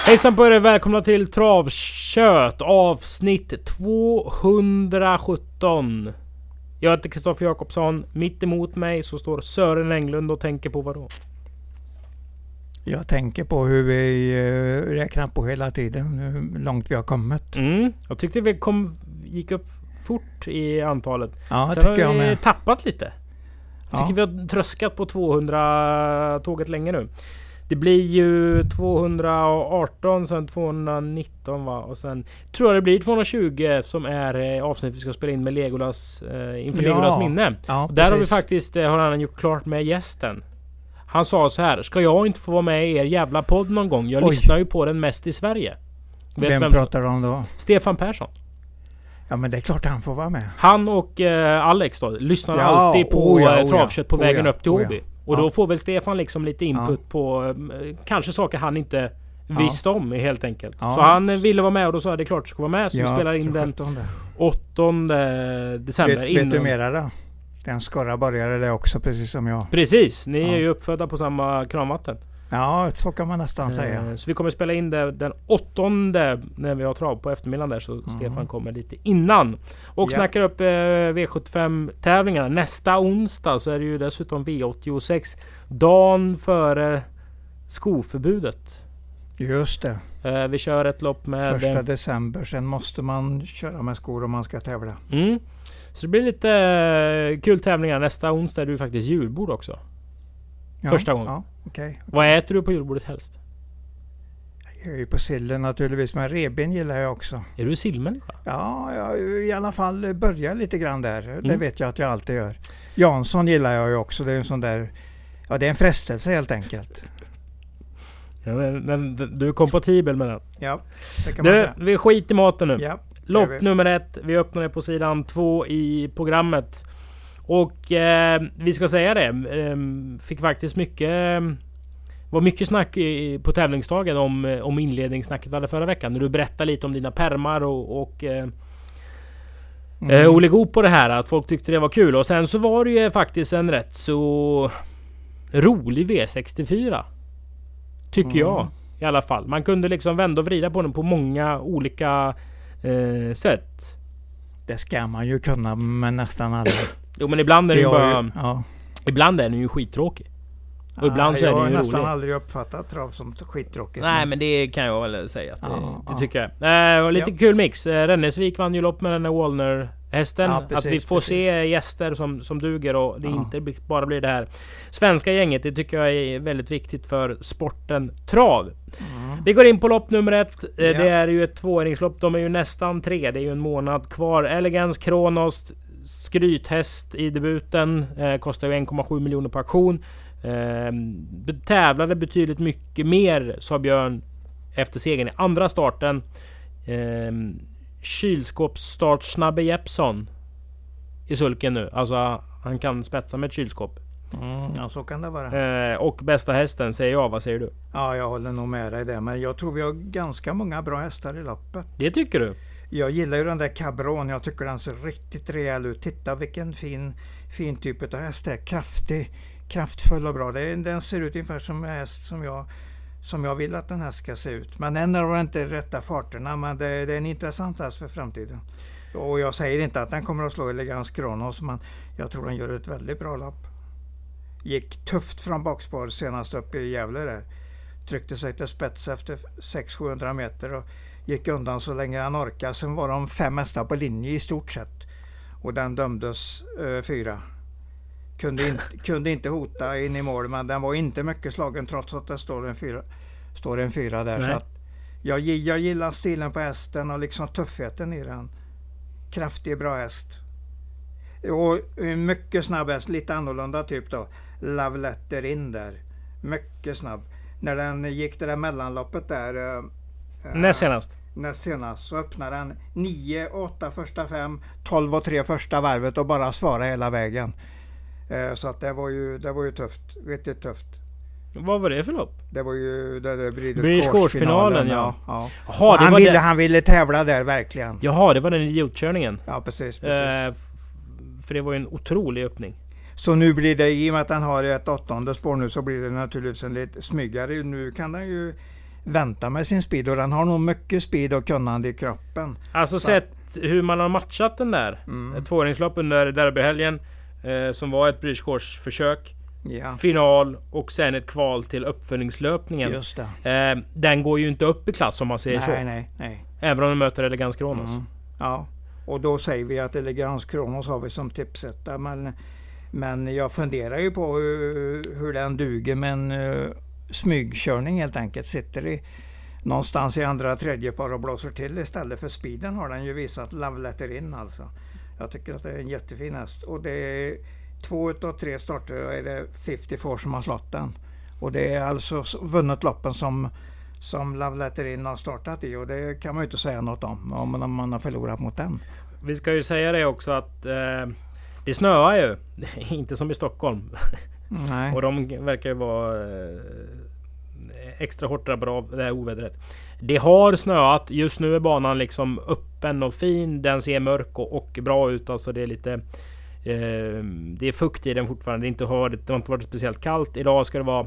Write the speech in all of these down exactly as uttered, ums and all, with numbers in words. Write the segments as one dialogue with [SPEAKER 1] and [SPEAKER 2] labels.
[SPEAKER 1] Hejsan på er, välkomna till Travkött avsnitt tvåhundrasjutton. Jag heter Kristoffer Jakobsson. Mitt emot mig så står Sören Englund och tänker på vad då?
[SPEAKER 2] Jag tänker på hur vi uh, räknar på hela tiden, hur långt vi har kommit.
[SPEAKER 1] Mm, jag tyckte vi kom, gick upp fort i antalet.
[SPEAKER 2] Ja,
[SPEAKER 1] sen
[SPEAKER 2] tycker
[SPEAKER 1] har vi
[SPEAKER 2] jag med.
[SPEAKER 1] tappat lite. Jag tycker
[SPEAKER 2] Ja.
[SPEAKER 1] vi har tröskat på tvåhundra-tåget länge nu. Det blir ju tvåhundraarton, sen tvåhundranitton va? Och sen tror jag det blir tvåhundratjugo som är eh, avsnitt vi ska spela in med Legolas eh, inför
[SPEAKER 2] Ja.
[SPEAKER 1] Legolas minne.
[SPEAKER 2] Ja,
[SPEAKER 1] och där har vi
[SPEAKER 2] precis.
[SPEAKER 1] faktiskt, eh, har han gjort klart med gästen. Han sa så här: ska jag inte få vara med i er jävla podd någon gång? Jag
[SPEAKER 2] Oj.
[SPEAKER 1] lyssnar ju på den mest i Sverige. Vet
[SPEAKER 2] Vem,
[SPEAKER 1] vem
[SPEAKER 2] pratar du om då?
[SPEAKER 1] Stefan Persson.
[SPEAKER 2] Ja, men det är klart han får vara med.
[SPEAKER 1] Han och eh, Alex då lyssnar
[SPEAKER 2] Ja,
[SPEAKER 1] alltid på
[SPEAKER 2] oh ja,
[SPEAKER 1] eh,
[SPEAKER 2] oh
[SPEAKER 1] Travkött på
[SPEAKER 2] ja,
[SPEAKER 1] vägen
[SPEAKER 2] oh ja,
[SPEAKER 1] upp till
[SPEAKER 2] oh
[SPEAKER 1] Åby.
[SPEAKER 2] ja.
[SPEAKER 1] Och
[SPEAKER 2] Ja.
[SPEAKER 1] då får väl Stefan liksom lite input
[SPEAKER 2] Ja.
[SPEAKER 1] på eh, kanske saker han inte visste om helt enkelt.
[SPEAKER 2] Ja.
[SPEAKER 1] Så han eh, ville vara med och då sa jag det är klart du ska vara med. Så vi spelar in den
[SPEAKER 2] sjuttonde.
[SPEAKER 1] åttonde december.
[SPEAKER 2] Vet,
[SPEAKER 1] innan.
[SPEAKER 2] vet du mera då? Den skaraborgare det också, precis som jag.
[SPEAKER 1] Precis, ni
[SPEAKER 2] Ja.
[SPEAKER 1] är ju uppfödda på samma kranvatten.
[SPEAKER 2] Ja, så kan man nästan
[SPEAKER 1] Eh,
[SPEAKER 2] säga.
[SPEAKER 1] Så vi kommer spela in det den åttonde när vi har trav på eftermiddagen där. Så
[SPEAKER 2] Mm.
[SPEAKER 1] Stefan kommer lite innan. Och
[SPEAKER 2] Ja.
[SPEAKER 1] snackar upp eh, V sjuttiofem tävlingarna. Nästa onsdag så är det ju dessutom V åttiosex. Dagen före skoförbudet.
[SPEAKER 2] Just det.
[SPEAKER 1] Eh, vi kör ett lopp med...
[SPEAKER 2] Första december. Sen måste man köra med skor om man ska tävla.
[SPEAKER 1] Mm. Så det blir lite eh, kul tävlingar. Nästa onsdag är det ju faktiskt julbord också.
[SPEAKER 2] Ja,
[SPEAKER 1] Första gången.
[SPEAKER 2] Ja, okej.
[SPEAKER 1] Vad äter du på julbordet helst?
[SPEAKER 2] Jag är ju på sillen naturligtvis, men reben gillar jag också.
[SPEAKER 1] Är du sillmänniska?
[SPEAKER 2] Ja, jag i alla fall börjar lite grann där. Det
[SPEAKER 1] Mm.
[SPEAKER 2] vet jag att jag alltid gör. Jansson gillar jag ju också. Det är en sån där... Ja, det är en frestelse helt enkelt.
[SPEAKER 1] Ja, men, men du är kompatibel med den.
[SPEAKER 2] Ja, det kan man
[SPEAKER 1] Du,
[SPEAKER 2] säga.
[SPEAKER 1] vi skiter i maten nu.
[SPEAKER 2] Ja,
[SPEAKER 1] Lopp
[SPEAKER 2] det är vi.
[SPEAKER 1] nummer ett. Vi öppnar det på sidan två i programmet. Och eh, vi ska säga det. Eh, fick faktiskt mycket... Eh, var mycket snack i, på tävlingsdagen om, eh, om inledningssnacket vi hade förra veckan. När du berättade lite om dina permar och... och eh,
[SPEAKER 2] Mm.
[SPEAKER 1] eh, Olle Goop på det här. Att folk tyckte det var kul. Och sen så var det ju faktiskt en rätt så... rolig V sextiofyra. Tycker
[SPEAKER 2] Mm.
[SPEAKER 1] jag. I alla fall. Man kunde liksom vända och vrida på den på många olika eh, sätt.
[SPEAKER 2] Det ska man ju kunna med nästan alla.
[SPEAKER 1] Jo men ibland är den ju
[SPEAKER 2] Jag har
[SPEAKER 1] bara...
[SPEAKER 2] ju- ja.
[SPEAKER 1] Ibland är den ju skittråkig. Och ibland så är
[SPEAKER 2] jag
[SPEAKER 1] den
[SPEAKER 2] har
[SPEAKER 1] ju
[SPEAKER 2] nästan
[SPEAKER 1] rolig.
[SPEAKER 2] aldrig uppfattat trav som skittråkigt.
[SPEAKER 1] Nej men det kan jag väl säga att det,
[SPEAKER 2] Ja,
[SPEAKER 1] det
[SPEAKER 2] ja.
[SPEAKER 1] tycker jag. Eh, och lite
[SPEAKER 2] Ja.
[SPEAKER 1] kul mix. Eh, Rennesvik vann ju lopp med den här Wallner-hästen.
[SPEAKER 2] Ja, precis,
[SPEAKER 1] att vi får
[SPEAKER 2] precis.
[SPEAKER 1] se gäster som, som duger och det
[SPEAKER 2] Ja.
[SPEAKER 1] inte bli- bara blir det här svenska gänget. Det tycker jag är väldigt viktigt för sporten trav.
[SPEAKER 2] Mm.
[SPEAKER 1] Vi går in på lopp nummer ett. Eh,
[SPEAKER 2] Ja.
[SPEAKER 1] Det är ju ett tvååringslopp. De är ju nästan tre. Det är ju en månad kvar. Elegance Kronos, skrythäst i debuten. Eh, kostar ju en komma sju miljoner på auktion. Eh, tävlade betydligt mycket mer, sa Björn efter segern i andra starten. Eh, kylskåpsstart Snabbe Jeppsson i sulken nu. Alltså han kan spetsa med ett kylskåp.
[SPEAKER 2] Mm, ja, så kan det vara.
[SPEAKER 1] Eh, och bästa hästen säger jag. Vad säger du?
[SPEAKER 2] Ja, jag håller nog med dig där. Men jag tror vi har ganska många bra hästar i loppet.
[SPEAKER 1] Det tycker du?
[SPEAKER 2] Jag gillar ju den där Cabron. Jag tycker den ser riktigt rejäl ut. Titta vilken fin, fin typ av häst det är. Kraftig, kraftfull och bra. Det är, den ser ut ungefär som en häst som jag, som jag vill att den här ska se ut. Men än har inte rätta farterna. Men det, det är en intressant häst för framtiden. Och jag säger inte att den kommer att slå Elegance Kronos. Men jag tror den gör ett väldigt bra lopp. Gick tufft från bakspår senast upp i Gävle där. Tryckte sig till spets efter sex till sjuhundra meter och gick undan så länge han orkade. Sen var de fem hästar på linje i stort sett. Och den dömdes eh, fyra. Kunde inte, kunde inte hota in i mål, men den var inte mycket slagen trots att det står en fyra, står en fyra där. Så att jag, jag gillar stilen på hästen och liksom tuffheten i den. Kraftig, bra häst. Och en mycket snabb häst, lite annorlunda typ då. Love Letter in där. Mycket snabb. När den gick det där mellanloppet där. Eh,
[SPEAKER 1] Näst senast.
[SPEAKER 2] Näst senast så öppnade den nio åtta första fem, tolv och tre första varvet och bara svara hela vägen. Eh, så att det var ju, det var ju tufft. Riktigt tufft.
[SPEAKER 1] Vad var det för lopp?
[SPEAKER 2] Det var ju det, det
[SPEAKER 1] British
[SPEAKER 2] British
[SPEAKER 1] Course-finalen,
[SPEAKER 2] Course-finalen.
[SPEAKER 1] ja.
[SPEAKER 2] ja.
[SPEAKER 1] Jaha, det
[SPEAKER 2] han,
[SPEAKER 1] var
[SPEAKER 2] ville,
[SPEAKER 1] det.
[SPEAKER 2] han ville tävla där verkligen.
[SPEAKER 1] Jaha, det var den idiotkörningen.
[SPEAKER 2] Ja, precis. precis.
[SPEAKER 1] Eh, f- för det var ju en otrolig öppning.
[SPEAKER 2] Så nu blir det, i och med att han har ett åttonde spår nu, så blir det naturligtvis en lite smygare. Nu kan han ju vänta med sin speed, och den har nog mycket speed och kunnande i kroppen.
[SPEAKER 1] Alltså
[SPEAKER 2] så.
[SPEAKER 1] Sett hur man har matchat den där.
[SPEAKER 2] Mm.
[SPEAKER 1] Ett tvååringslopp under derbyhelgen eh, som var ett British Course-försök.
[SPEAKER 2] Ja.
[SPEAKER 1] Final och sen ett kval till uppföljningslöpningen.
[SPEAKER 2] Just det.
[SPEAKER 1] Eh, den går ju inte upp i klass om man säger
[SPEAKER 2] nej,
[SPEAKER 1] så.
[SPEAKER 2] Nej, nej.
[SPEAKER 1] Även om de möter Elegans Kronos.
[SPEAKER 2] Mm. Ja, och då säger vi att Elegans Kronos har vi som tipsetta. Men, men jag funderar ju på hur, hur den duger med en uh, smygkörning helt enkelt. Sitter i någonstans i andra tredje par och blåser till istället för speeden har den ju visat Love Letter In alltså. Jag tycker att det är en jättefin häst. Och det är två utav tre starter är det femtiofyra som har slått den. Och det är alltså vunnit loppen som, som Love Letter In har startat i. Och det kan man ju inte säga något om om man har förlorat mot den.
[SPEAKER 1] Vi ska ju säga det också att eh, det snöar ju. Inte som i Stockholm.
[SPEAKER 2] Nej.
[SPEAKER 1] Och de verkar ju vara eh, extra hårt drabbade av det här ovädret. Det har snöat. Just nu är banan liksom öppen och fin. Den ser mörk och, och bra ut. Alltså det är lite eh, det är fukt i den fortfarande. Det, inte har, det har inte varit speciellt kallt. Idag ska det vara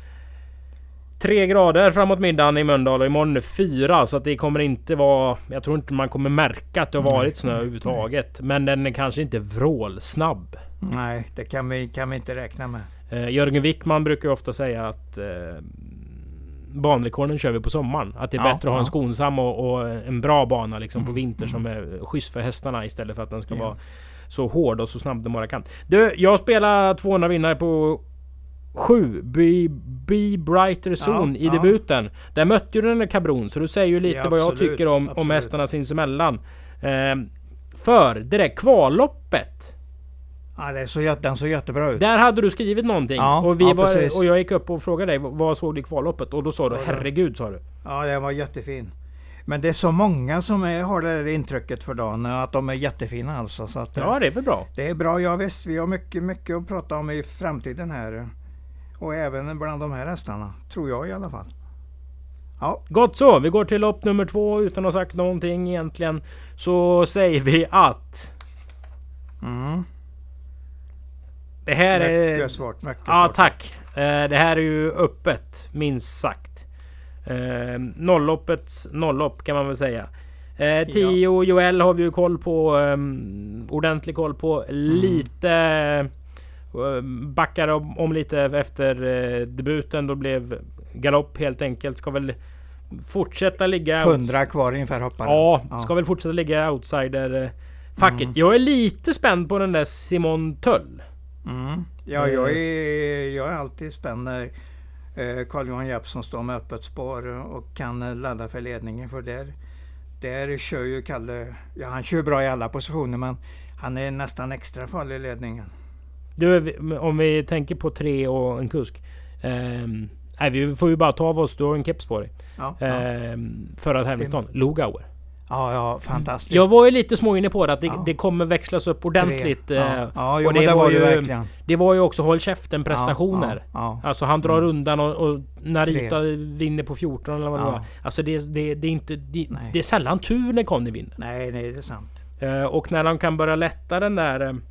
[SPEAKER 1] tre grader framåt middagen i Mölndal och imorgon är fyra. Så att det kommer inte vara... Jag tror inte man kommer märka att det har varit snö överhuvudtaget. Men den är kanske inte vrålsnabb.
[SPEAKER 2] Nej, det kan vi, kan vi inte räkna med.
[SPEAKER 1] Eh, Jörgen Wickman brukar ju ofta säga att eh, banrekorden kör vi på sommaren. Att det är
[SPEAKER 2] ja,
[SPEAKER 1] bättre att ha
[SPEAKER 2] ja.
[SPEAKER 1] en skonsam och, och en bra bana liksom
[SPEAKER 2] mm,
[SPEAKER 1] på vinter
[SPEAKER 2] mm.
[SPEAKER 1] som är schysst för hästarna istället för att den ska
[SPEAKER 2] ja.
[SPEAKER 1] vara så hård och så snabb den bara kan. Du, jag spelar tvåhundra vinnare på sju Be, Be Brighter Zone
[SPEAKER 2] ja,
[SPEAKER 1] i debuten. Ja. Där mötte ju den där Cabron, så du säger ju lite
[SPEAKER 2] ja,
[SPEAKER 1] vad jag
[SPEAKER 2] absolut,
[SPEAKER 1] tycker om,
[SPEAKER 2] absolut.
[SPEAKER 1] om hästarna sinsemellan. Eh, för det där kvalloppet.
[SPEAKER 2] Ja, det är så, den såg jättebra ut.
[SPEAKER 1] Där hade du skrivit någonting.
[SPEAKER 2] Ja,
[SPEAKER 1] och, vi
[SPEAKER 2] ja,
[SPEAKER 1] var, och jag gick upp och frågade dig, vad såg du i kvalloppet? Och då sa du,
[SPEAKER 2] ja,
[SPEAKER 1] herregud sa du.
[SPEAKER 2] Ja, det var jättefin. Men det är så många som är, har det där intrycket för dagen, att de är jättefina alltså. Så att,
[SPEAKER 1] ja, det är väl bra.
[SPEAKER 2] Det är bra, ja visst. Vi har mycket, mycket att prata om i framtiden här. Och även bland de här hästarna, tror jag i alla fall. Ja.
[SPEAKER 1] Gott så, vi går till lopp nummer två utan att ha sagt någonting egentligen. Så säger vi att...
[SPEAKER 2] Mm.
[SPEAKER 1] Det här är...
[SPEAKER 2] Mycket svårt, mycket
[SPEAKER 1] ja,
[SPEAKER 2] svårt.
[SPEAKER 1] tack. Eh, det här är ju öppet, minst sagt. Eh, nollloppets nolllopp kan man väl säga. Eh, Tio ja. Joel har vi ju koll på. Eh, ordentlig koll på. Mm. Lite... Eh, backar om, om lite efter eh, debuten. Då blev galopp helt enkelt. Ska väl fortsätta ligga...
[SPEAKER 2] Hundra kvar ungefär hoppar.
[SPEAKER 1] Ja, ja, ska väl fortsätta ligga outsider. Eh, facket. Mm. Jag är lite spänd på den där Simon Töll.
[SPEAKER 2] Mm. Ja, jag är, jag är alltid spänd när eh, Carl-Johan Jeppsson står med öppet spår och kan ladda för ledningen. För där, där kör ju Kalle, ja han kör bra i alla positioner, men han är nästan extra farlig i ledningen.
[SPEAKER 1] Du, om vi tänker på tre och en kusk. Eh, nej, vi får ju bara ta av oss, du har en keps på dig.
[SPEAKER 2] Ja,
[SPEAKER 1] eh,
[SPEAKER 2] ja.
[SPEAKER 1] För att Hamilton, Lugauer.
[SPEAKER 2] Ja, ja, fantastiskt.
[SPEAKER 1] Jag var ju lite små inne på det, att det,
[SPEAKER 2] ja.
[SPEAKER 1] det kommer växlas upp ordentligt.
[SPEAKER 2] Tre. Ja, ja jo,
[SPEAKER 1] och det,
[SPEAKER 2] det
[SPEAKER 1] var,
[SPEAKER 2] var
[SPEAKER 1] ju,
[SPEAKER 2] det verkligen.
[SPEAKER 1] Det var ju också håll käften prestationer.
[SPEAKER 2] Ja, ja, ja.
[SPEAKER 1] Alltså han drar mm. undan och, och Narita
[SPEAKER 2] Tre.
[SPEAKER 1] vinner på fjorton eller vad
[SPEAKER 2] ja.
[SPEAKER 1] det var. Alltså det, det, det är inte det, det är sällan tur när Conny vinner.
[SPEAKER 2] Nej, nej, det är sant.
[SPEAKER 1] Uh, och när de kan börja lätta den där uh,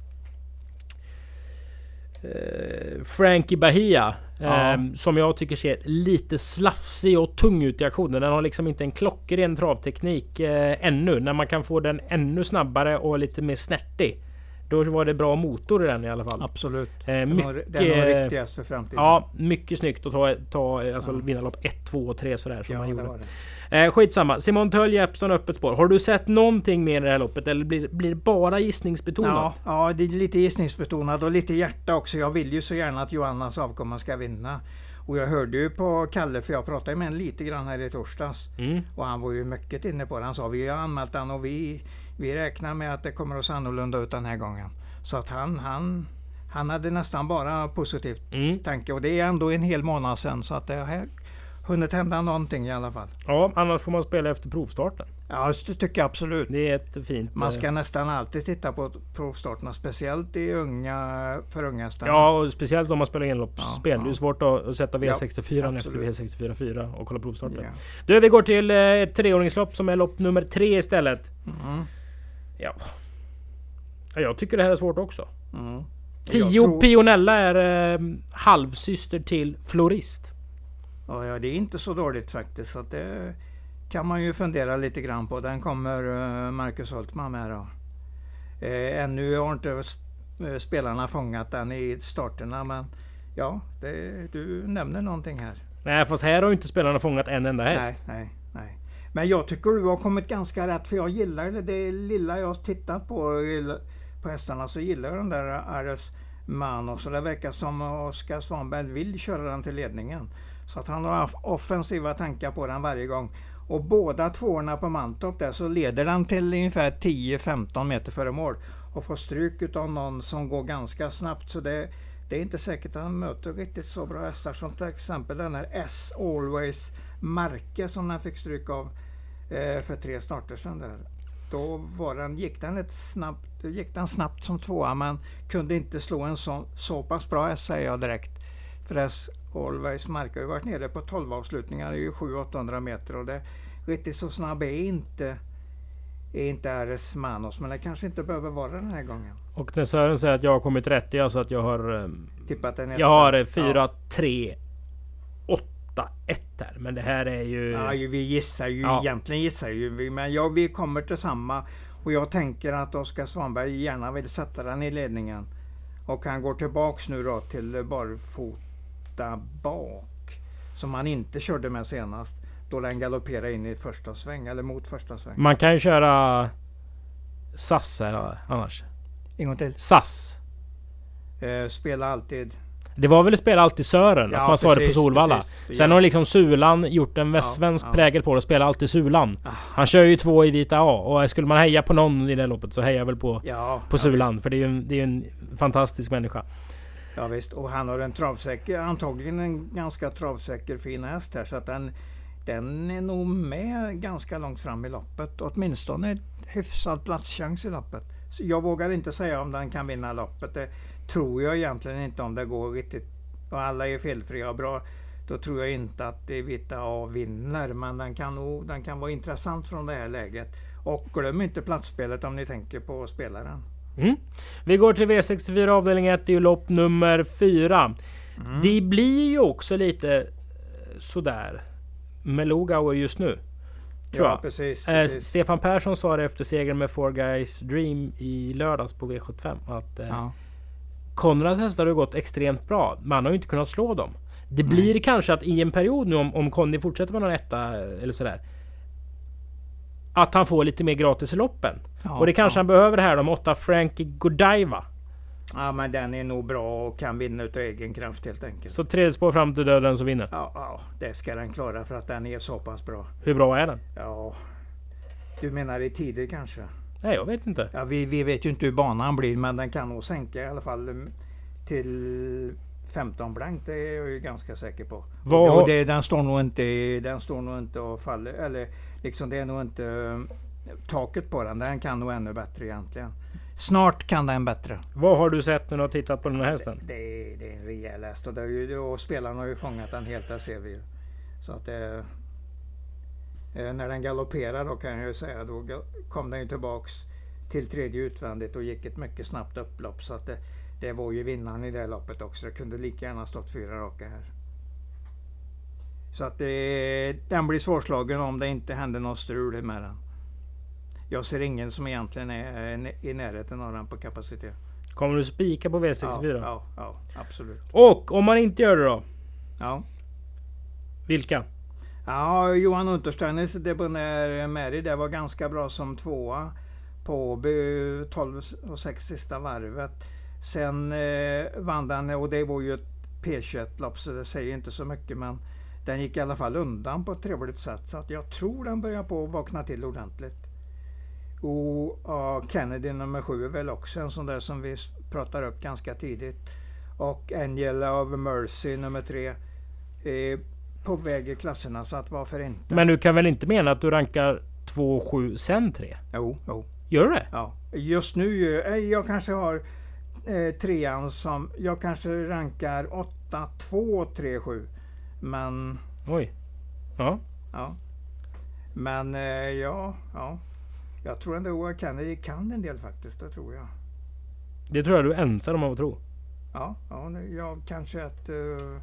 [SPEAKER 1] Frankie Bahia.
[SPEAKER 2] Ja.
[SPEAKER 1] Um, som jag tycker ser lite slafsig och tung ut i aktionen. Den har liksom inte en klockren travteknik uh, ännu. När man kan få den ännu snabbare och lite mer snärtig. Då var det bra motor i den i alla fall.
[SPEAKER 2] Absolut.
[SPEAKER 1] Uh, mycket,
[SPEAKER 2] den är riktigast för framtiden.
[SPEAKER 1] Ja, mycket snyggt att ta, ta alltså, ja. vinna lopp ett, två och tre sådär som
[SPEAKER 2] ja,
[SPEAKER 1] man gjorde.
[SPEAKER 2] Det
[SPEAKER 1] uh, skitsamma. Simon Töll, Jeppsson, öppet spår. Har du sett någonting mer i det här loppet? Eller blir, blir det bara gissningsbetonat?
[SPEAKER 2] Ja, ja, det är lite gissningsbetonat och lite hjärta också. Jag vill ju så gärna att Johannas avkomma ska vinna. Och jag hörde ju på Kalle, för jag pratade med en lite grann här i torsdags. Mm. Och han var ju mycket inne på det. Han sa, vi har anmält den och vi, vi räknar med att det kommer att se annorlunda ut den här gången. Så att han, han, han hade nästan bara positivt mm. tanke. Och det är ändå en hel månad sedan, så att det har hunnit hända någonting i alla fall.
[SPEAKER 1] Ja, annars får man spela efter provstarten.
[SPEAKER 2] Ja, det tycker jag absolut.
[SPEAKER 1] Det är ett fint...
[SPEAKER 2] Man ska nästan alltid titta på provstarterna, speciellt i unga, för unga hästarna.
[SPEAKER 1] Ja, och speciellt om man spelar enloppsspel. Ja, ja. Det är svårt att sätta V sextiofyra ja, efter V sextiofyra fyra och kolla provstarten. Ja. Du, vi går till ett treåringslopp som är lopp nummer tre istället. Mm. Ja. Jag tycker det här är svårt också. Mm. Tio tror... Pionella är eh, halvsyster till Florist.
[SPEAKER 2] Ja, ja, det är inte så dåligt faktiskt. Så att det kan man ju fundera lite grann på. Den kommer uh, Marcus Hultman med då. Eh, ännu har inte spelarna fångat den i starterna, men ja, det, du nämner någonting här.
[SPEAKER 1] Nej, fast här har ju inte spelarna fångat en enda häst.
[SPEAKER 2] Nej, nej, nej. Men jag tycker du har kommit ganska rätt, för jag gillar det, det lilla jag har tittat på på hästarna, så gillar jag den där Ares Manos, och det verkar som Oskar Svanberg vill köra den till ledningen. Så att han har offensiva tankar på den varje gång. Och båda tvåorna på Mantorp där, så leder den till ungefär tio femton meter före mål och får stryk utav någon som går ganska snabbt. Så det, det är inte säkert att han möter riktigt så bra hästar som till exempel den här S Always Marke som han fick stryk av eh, för tre starter sedan där. Då var den, gick den ett snabbt, gick den snabbt som tvåa, men kunde inte slå en så, så pass bra häst, säger jag direkt. För S Always Marke har ju varit nere på tolv avslutningar, det är ju sju åttahundra meter, och det riktigt så snabb är inte är inte Ares Manos, men det kanske inte behöver vara den här gången.
[SPEAKER 1] Och när Sören säger att jag har kommit rätt, alltså att jag har
[SPEAKER 2] tippat den.
[SPEAKER 1] Jag har fyra tre åtta ett här, men det här är ju...
[SPEAKER 2] Ja, vi gissar ju, ja. egentligen gissar ju vi, men ja, vi kommer till samma, och jag tänker att Oskar Svanberg gärna vill sätta den i ledningen, och han går tillbaks nu då till barfota bak, som han inte körde med senast, då den galopperar in i första sväng, eller mot första sväng.
[SPEAKER 1] Man kan ju köra S A S här annars.
[SPEAKER 2] En gång till.
[SPEAKER 1] S A S.
[SPEAKER 2] Eh, spela alltid.
[SPEAKER 1] Det var väl spela alltid Sören,
[SPEAKER 2] ja,
[SPEAKER 1] att man sa det på Solvalla.
[SPEAKER 2] Precis.
[SPEAKER 1] Sen
[SPEAKER 2] ja.
[SPEAKER 1] har liksom Sulan gjort en västsvensk ja, ja. prägel på det och spela alltid Sulan. Ah. Han kör ju två i vita A, och skulle man heja på någon i det loppet så hejar väl på,
[SPEAKER 2] ja,
[SPEAKER 1] på
[SPEAKER 2] ja,
[SPEAKER 1] Sulan.
[SPEAKER 2] visst.
[SPEAKER 1] För det är ju en, det är en fantastisk människa.
[SPEAKER 2] Ja visst, och han har en travsäker, antagligen en ganska travsäker fin häst här, så att den Den är nog med ganska långt fram i loppet. Åtminstone en hyfsad platschans i loppet. Så jag vågar inte säga om den kan vinna loppet. Det tror jag egentligen inte, om det går riktigt. Och alla är felfria och bra. Då tror jag inte att det Vita A vinner. Men den kan, nog, den kan vara intressant från det här läget. Och glöm inte platsspelet om ni tänker på spelaren.
[SPEAKER 1] Mm. Vi går till V sextiofyra avdelning ett. Det är ju lopp nummer fyra. Mm. Det blir ju också lite sådär med Lugauer just nu, tror
[SPEAKER 2] ja,
[SPEAKER 1] jag.
[SPEAKER 2] Precis,
[SPEAKER 1] eh,
[SPEAKER 2] precis.
[SPEAKER 1] Stefan Persson sa det efter segern med Four Guys Dream i lördags på V sjuttiofem att eh,
[SPEAKER 2] ja.
[SPEAKER 1] Konrads hästar har gått extremt bra. Man har ju inte kunnat slå dem. Det blir Nej. kanske att i en period nu, om, om Conny fortsätter med någon etta eller sådär, att han får lite mer gratis i loppen. Ja, och det kanske ja. han behöver här, de åtta Frankie Godiva.
[SPEAKER 2] Ja, men den är nog bra och kan vinna utav egen kraft helt enkelt.
[SPEAKER 1] Så tredje spår fram till döden så vinner?
[SPEAKER 2] Ja, ja, det ska den klara, för att den är så pass bra.
[SPEAKER 1] Hur bra är den?
[SPEAKER 2] Ja, du menar i tider kanske?
[SPEAKER 1] Nej, jag vet inte.
[SPEAKER 2] Ja, vi, vi vet ju inte hur banan blir, men den kan nog sänka i alla fall till femton blankt, det är jag ju ganska säker på. Och det, den står nog inte den står nog inte och faller, eller liksom det är nog inte taket på den. Den kan nog ännu bättre egentligen. Snart kan den bättre.
[SPEAKER 1] Vad har du sett när du har tittat på den här hästen?
[SPEAKER 2] Det, det, det är en rejäl häst, och, det är ju, och spelarna har ju fångat den helt, där ser vi ju. Så att det, eh, när den galopperar då, kan jag ju säga, då kom den ju tillbaks till tredje utvändigt och gick ett mycket snabbt upplopp, så att det, det var ju vinnaren i det loppet också. Det kunde lika gärna stått fyra raka här. Så att det, den blir svårslagen om det inte händer något strul med den. Jag ser ingen som egentligen är i närheten av den på kapacitet.
[SPEAKER 1] Kommer du spika på V sextiofyra?
[SPEAKER 2] Ja, ja, ja, absolut.
[SPEAKER 1] Och om man inte gör det då?
[SPEAKER 2] Ja.
[SPEAKER 1] Vilka?
[SPEAKER 2] Ja, Johan Untersteiners Debonair Mary, det var ganska bra som tvåa på tolv och sex sista varvet. Sen eh, vann den, och det var ju ett P tjugoett-lopp, så det säger inte så mycket, men den gick i alla fall undan på ett trevligt sätt, så att jag tror den börjar på att vakna till ordentligt. Och ja, Kennedy nummer sju är väl också en sån där som vi pratar upp ganska tidigt. Och Angel of Mercy nummer tre är på väg i klasserna, så att varför inte.
[SPEAKER 1] Men du kan väl inte mena att du rankar två sju sen tre?
[SPEAKER 2] Jo, jo.
[SPEAKER 1] Gör du det?
[SPEAKER 2] Ja. Just nu, jag kanske har eh, trean som, jag kanske rankar åtta två tre sju. Men...
[SPEAKER 1] Oj. Ja.
[SPEAKER 2] Ja. Men eh, ja, ja. Jag tror ändå att Kennedy kan en del faktiskt, det tror jag.
[SPEAKER 1] Det tror jag du är ensam om att tro.
[SPEAKER 2] Ja, ja jag kanske att uh,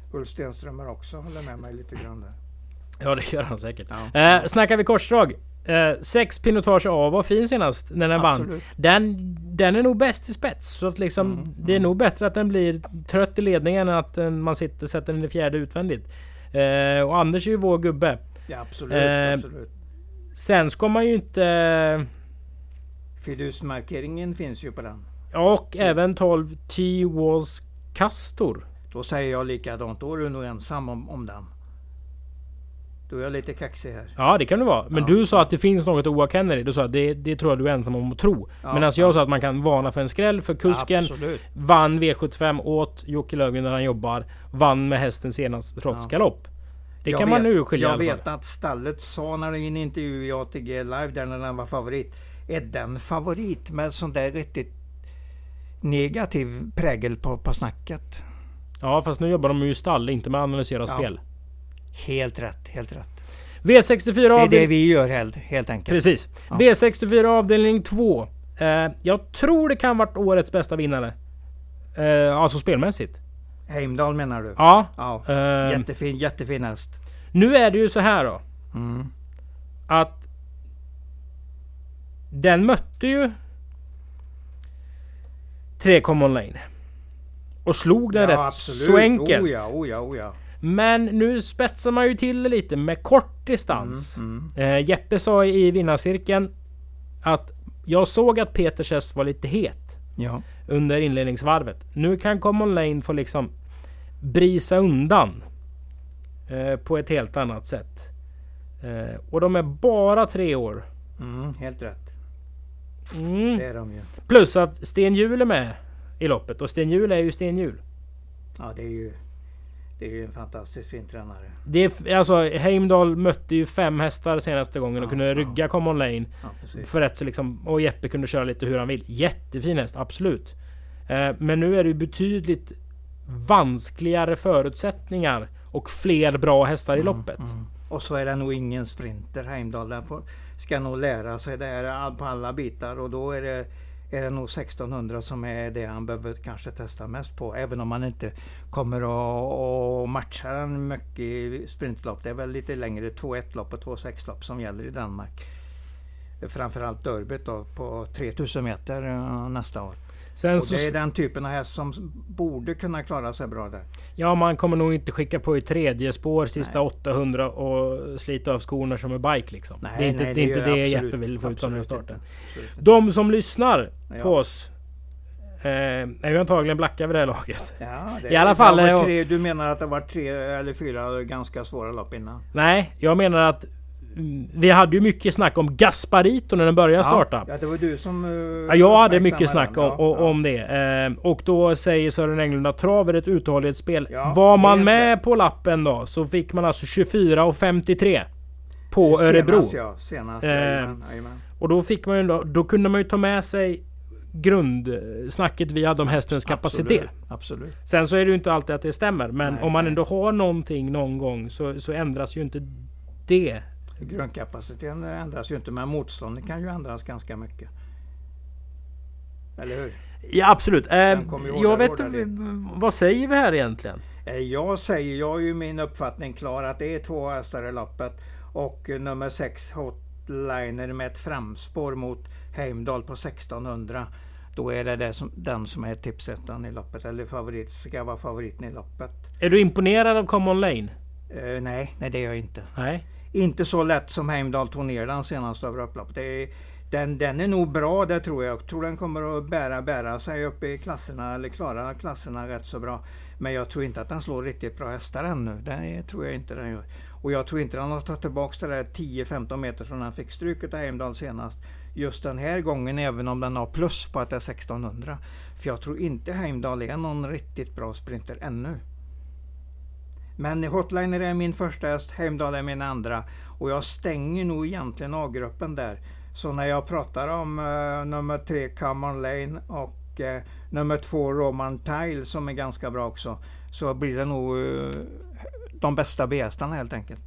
[SPEAKER 2] Ulf Stenströmer också håller med mig lite grann där.
[SPEAKER 1] Ja, det gör han säkert.
[SPEAKER 2] Ja.
[SPEAKER 1] Eh, snackar vi korsdrag. Eh, sex Pinotage A var fin senast när den
[SPEAKER 2] Absolut.
[SPEAKER 1] vann. Den, den är nog bäst i spets. Så att liksom,
[SPEAKER 2] Mm,
[SPEAKER 1] det är
[SPEAKER 2] mm.
[SPEAKER 1] nog bättre att den blir trött i ledningen än att eh, man sitter, sätter den i fjärde utvändigt. Eh, och Anders är ju vår gubbe.
[SPEAKER 2] Ja, absolut.
[SPEAKER 1] Eh,
[SPEAKER 2] absolut.
[SPEAKER 1] Sen ska man ju inte...
[SPEAKER 2] Fidusmarkeringen finns ju på den.
[SPEAKER 1] Och även tolv T-Walls Castor.
[SPEAKER 2] Då säger jag likadant. Då är du nog ensam om, om den. Då är jag lite kaxig här.
[SPEAKER 1] Ja, det kan det vara. Men
[SPEAKER 2] Ja.
[SPEAKER 1] du sa att det finns något Oa Kennedy. Du sa att det, det tror jag du är ensam om att tro.
[SPEAKER 2] Ja,
[SPEAKER 1] Men alltså
[SPEAKER 2] ja.
[SPEAKER 1] jag sa att man kan varna för en skräll. För kusken
[SPEAKER 2] Absolut.
[SPEAKER 1] vann V sjuttiofem åt Jocke Löfgren när han jobbar. Vann med hästen senast trots
[SPEAKER 2] Ja.
[SPEAKER 1] galopp. Det
[SPEAKER 2] Jag
[SPEAKER 1] kan man
[SPEAKER 2] vet-
[SPEAKER 1] nu skilja
[SPEAKER 2] Jag
[SPEAKER 1] i alla
[SPEAKER 2] vet
[SPEAKER 1] fall.
[SPEAKER 2] att stallet sa när det i en intervju i A T G Live där när den var favorit. Är den favorit med sån där riktigt negativ prägel på, på snacket?
[SPEAKER 1] Ja, fast nu jobbar de ju i stall, inte med att analysera
[SPEAKER 2] Ja.
[SPEAKER 1] spel.
[SPEAKER 2] Helt rätt, helt rätt.
[SPEAKER 1] V sextiofyra
[SPEAKER 2] Det är det
[SPEAKER 1] avdelning...
[SPEAKER 2] vi gör helt, helt enkelt.
[SPEAKER 1] Precis.
[SPEAKER 2] Ja.
[SPEAKER 1] V sextiofyra avdelning två. Eh, jag tror det kan varit årets bästa vinnare. Eh, alltså spelmässigt.
[SPEAKER 2] Heimdall menar du?
[SPEAKER 1] Ja.
[SPEAKER 2] Ja.
[SPEAKER 1] Eh,
[SPEAKER 2] Jättefin, jättefin häst.
[SPEAKER 1] nu är det ju så här då.
[SPEAKER 2] Mm.
[SPEAKER 1] Att den mötte ju tre Common Lane. Och slog den rätt så enkelt.
[SPEAKER 2] Oh ja, oh ja, oh ja.
[SPEAKER 1] Men nu spetsar man ju till det lite med kort distans.
[SPEAKER 2] Mm,
[SPEAKER 1] Eh, Jeppe sa i vinnarcirkeln att jag såg att Peters häst var lite het
[SPEAKER 2] Ja.
[SPEAKER 1] under inledningsvarvet. Nu kan Common Lane få liksom brisa undan eh, på ett helt annat sätt. Eh, och de är bara tre år.
[SPEAKER 2] Mm, helt rätt.
[SPEAKER 1] Mm.
[SPEAKER 2] Det är de ju.
[SPEAKER 1] Plus att Sten Hjul är med i loppet. Och Sten Hjul är ju Sten Hjul.
[SPEAKER 2] Ja, det är ju det är ju en fantastiskt fin tränare.
[SPEAKER 1] Det är, alltså, Heimdall mötte ju fem hästar senaste gången och
[SPEAKER 2] Ja,
[SPEAKER 1] kunde
[SPEAKER 2] ja.
[SPEAKER 1] rygga Common Lane.
[SPEAKER 2] Ja, precis.
[SPEAKER 1] För rätt så liksom, och Jeppe kunde köra lite hur han vill. Jättefin häst, absolut. Eh, men nu är det ju betydligt vanskligare förutsättningar och fler bra hästar i loppet.
[SPEAKER 2] Mm. Och så är det nog ingen sprinter Heimdall. Den får, ska nog lära sig det här på alla bitar och då är det, är det nog sextonhundra som är det han behöver kanske testa mest på. Även om man inte kommer att, att matcha den mycket i sprintlopp. Det är väl lite längre två ett lopp och två sex lopp som gäller i Danmark. Framförallt Derbyt då på tre tusen meter uh, nästa år.
[SPEAKER 1] Sen
[SPEAKER 2] Och
[SPEAKER 1] så,
[SPEAKER 2] det är den typen av häst som borde kunna klara sig bra där.
[SPEAKER 1] ja, man kommer nog inte skicka på i tredje spår sista
[SPEAKER 2] Nej.
[SPEAKER 1] åttahundra och slita av skorna som en bike liksom.
[SPEAKER 2] Nej,
[SPEAKER 1] det är inte
[SPEAKER 2] nej,
[SPEAKER 1] det, är inte
[SPEAKER 2] gör
[SPEAKER 1] det
[SPEAKER 2] jag
[SPEAKER 1] Jeppe
[SPEAKER 2] absolut-
[SPEAKER 1] vill få ut av den
[SPEAKER 2] absolut
[SPEAKER 1] starten.
[SPEAKER 2] inte. Absolut inte.
[SPEAKER 1] De som lyssnar
[SPEAKER 2] Ja.
[SPEAKER 1] på oss eh, är ju antagligen blacka vid det här laget.
[SPEAKER 2] Ja, det,
[SPEAKER 1] I alla fall
[SPEAKER 2] det var
[SPEAKER 1] är-
[SPEAKER 2] tre, du menar att det var tre eller fyra ganska svåra lopp innan?
[SPEAKER 1] Nej, jag menar att mm, vi hade ju mycket snack om Gasparito när den började starta.
[SPEAKER 2] Ja, det var du som... Uh,
[SPEAKER 1] Ja, jag hade mycket snack
[SPEAKER 2] den.
[SPEAKER 1] om,
[SPEAKER 2] Ja, ja.
[SPEAKER 1] om det. Eh, och då säger Sören Englund att trav är ett uthållighetsspel.
[SPEAKER 2] Ja,
[SPEAKER 1] Var man
[SPEAKER 2] helt
[SPEAKER 1] med på lappen då så fick man alltså tjugofyra och femtiotre på
[SPEAKER 2] Senast,
[SPEAKER 1] Örebro.
[SPEAKER 2] Ja, senast.
[SPEAKER 1] Eh,
[SPEAKER 2] jajamän, jajamän.
[SPEAKER 1] Och då fick man ju då, då kunde man ju ta med sig grundsnacket vi hade om hästens kapacitet.
[SPEAKER 2] Absolut, absolut.
[SPEAKER 1] Sen så är det ju inte alltid att det stämmer. Men
[SPEAKER 2] Nej,
[SPEAKER 1] om man
[SPEAKER 2] nej.
[SPEAKER 1] ändå har någonting någon gång så, så ändras ju inte det.
[SPEAKER 2] Grundkapaciteten ändras ju inte, men motståndet kan ju ändras ganska mycket. Eller hur?
[SPEAKER 1] Ja, absolut. Eh,
[SPEAKER 2] Den kommer ju
[SPEAKER 1] jag
[SPEAKER 2] hårdare
[SPEAKER 1] vet
[SPEAKER 2] och hårdare
[SPEAKER 1] inte, vad säger vi här egentligen?
[SPEAKER 2] Eh, Jag säger, jag har ju min uppfattning klar att det är två hästar i loppet och eh, nummer sex Hotliner med ett framspår mot Heimdall på sextonhundra. Då är det, det som, den som är tipsettan i loppet, eller favorit, ska vara favoriten i loppet.
[SPEAKER 1] Är du imponerad av Common Lane?
[SPEAKER 2] Eh, nej, nej det är jag inte.
[SPEAKER 1] Nej.
[SPEAKER 2] Inte så lätt som Heimdall tog ner den senaste över upplopp. Det är, den, den är nog bra, det tror jag. Jag tror den kommer att bära, bära sig upp i klasserna, eller klara klasserna rätt så bra. Men jag tror inte att den slår riktigt bra hästar ännu. Det tror jag inte den gör. Och jag tror inte den har tagit tillbaka det där tio femton meter från den fick stryket av Heimdall senast. Just den här gången, även om den har plus på att det är sextonhundra. För jag tror inte Heimdall är någon riktigt bra sprinter ännu. Men Hotliner är min första häst, Heimdall är min andra. Och jag stänger nog egentligen A-gruppen där. Så när jag pratar om uh, nummer tre Common Lane och uh, nummer två Roman Tile som är ganska bra också, så blir det nog uh, de bästa B-hästarna helt enkelt.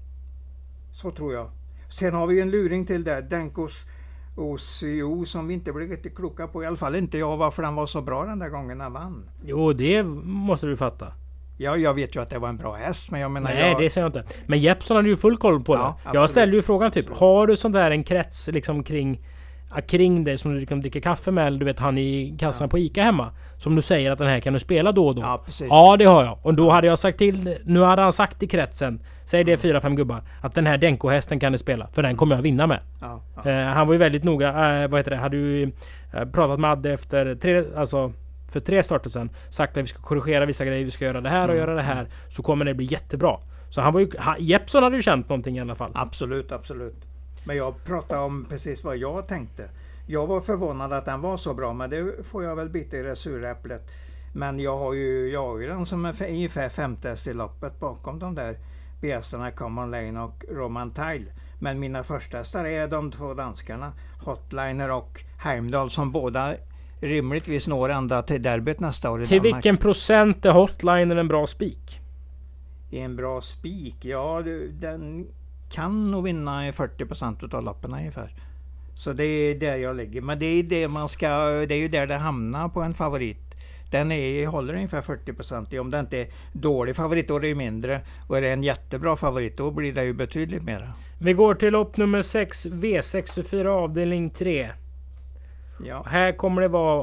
[SPEAKER 2] Så tror jag. Sen har vi en luring till där, Denkos O C O, som vi inte blir riktigt kloka på. I alla fall inte jag, varför den var så bra den där gången han vann.
[SPEAKER 1] Jo, det måste du fatta.
[SPEAKER 2] Ja, jag vet ju att det var en bra häst, men jag menar...
[SPEAKER 1] Nej,
[SPEAKER 2] jag...
[SPEAKER 1] det säger jag inte. Men Jeppson hade ju full koll på
[SPEAKER 2] Ja,
[SPEAKER 1] det. Jag ställde ju frågan typ, har du sånt där en krets liksom kring kring dig som du kan dricka kaffe med, eller du vet han i kassan ja. på Ica hemma, som du säger att den här kan du spela då och då.
[SPEAKER 2] Ja, precis.
[SPEAKER 1] Ja, det har jag. Och då hade jag sagt till, nu hade han sagt i kretsen, säg det fyra, fem gubbar, att den här Denko-hästen kan du spela, för den kommer jag vinna med.
[SPEAKER 2] Ja, ja.
[SPEAKER 1] Eh, han var ju väldigt noga, eh, vad heter det, hade ju eh, pratat med Adde efter tre, alltså för tre starter sen, sagt att vi ska korrigera vissa grejer, vi ska göra det här och mm. göra det här, så kommer det bli jättebra. Så han var ju, han, Jeppson hade ju känt någonting i alla fall.
[SPEAKER 2] Absolut, absolut. Men jag pratade om precis vad jag tänkte. Jag var förvånad att den var så bra, men det får jag väl bita i det sura äpplet. Men jag har ju, jag har ju den som är ungefär femte i loppet bakom de där bjästarna Common Lane och Roman Tile. Men mina första hästar är de två danskarna, Hotliner och Heimdall, som båda rimligtvis når ända till derbyt nästa år i
[SPEAKER 1] Till
[SPEAKER 2] Danmark.
[SPEAKER 1] vilken procent är Hotliner en bra spik?
[SPEAKER 2] En bra spik? Ja, den kan nog vinna i fyrtio procent av loppen ungefär. Så det är där jag ligger. Men det är det man ska, det är ju där det hamnar på en favorit. Den är, håller ungefär fyrtio procent. Om det inte är dålig favorit då är det mindre. Och är det en jättebra favorit då blir det ju betydligt mer.
[SPEAKER 1] Vi går till lopp nummer sex, V sextiofyra avdelning tre.
[SPEAKER 2] Ja.
[SPEAKER 1] Här kommer det vara...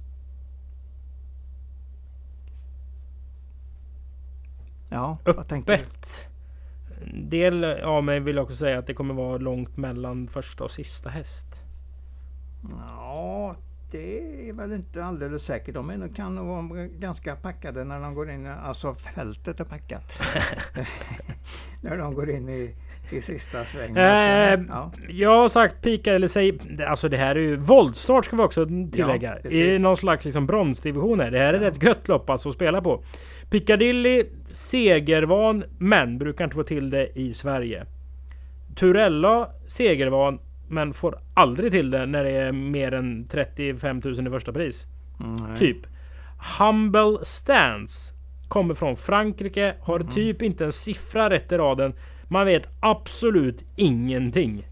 [SPEAKER 2] Ja,
[SPEAKER 1] öppet. En del av mig vill också säga att det kommer vara långt mellan första och sista häst.
[SPEAKER 2] Ja, det är väl inte alldeles säkert. De kan nog vara ganska packade när de går in. Alltså fältet är packat. När de går in i, i sista svängen.
[SPEAKER 1] Eh,
[SPEAKER 2] ja.
[SPEAKER 1] Jag har sagt pika eller säg... Alltså det här är ju... Våldstart ska vi också tillägga.
[SPEAKER 2] Ja,
[SPEAKER 1] i någon slags liksom bronsdivision här. Det här är ja. ett gött lopp alltså att spela på. Piccadilly, segervan, men brukar inte få till det i Sverige. Turella, segervan, men får aldrig till det när det är mer än trettiofem tusen i första pris. Mm, typ. Humble Stance kommer från Frankrike, har mm. typ inte en siffra rätt i raden. Man vet absolut ingenting.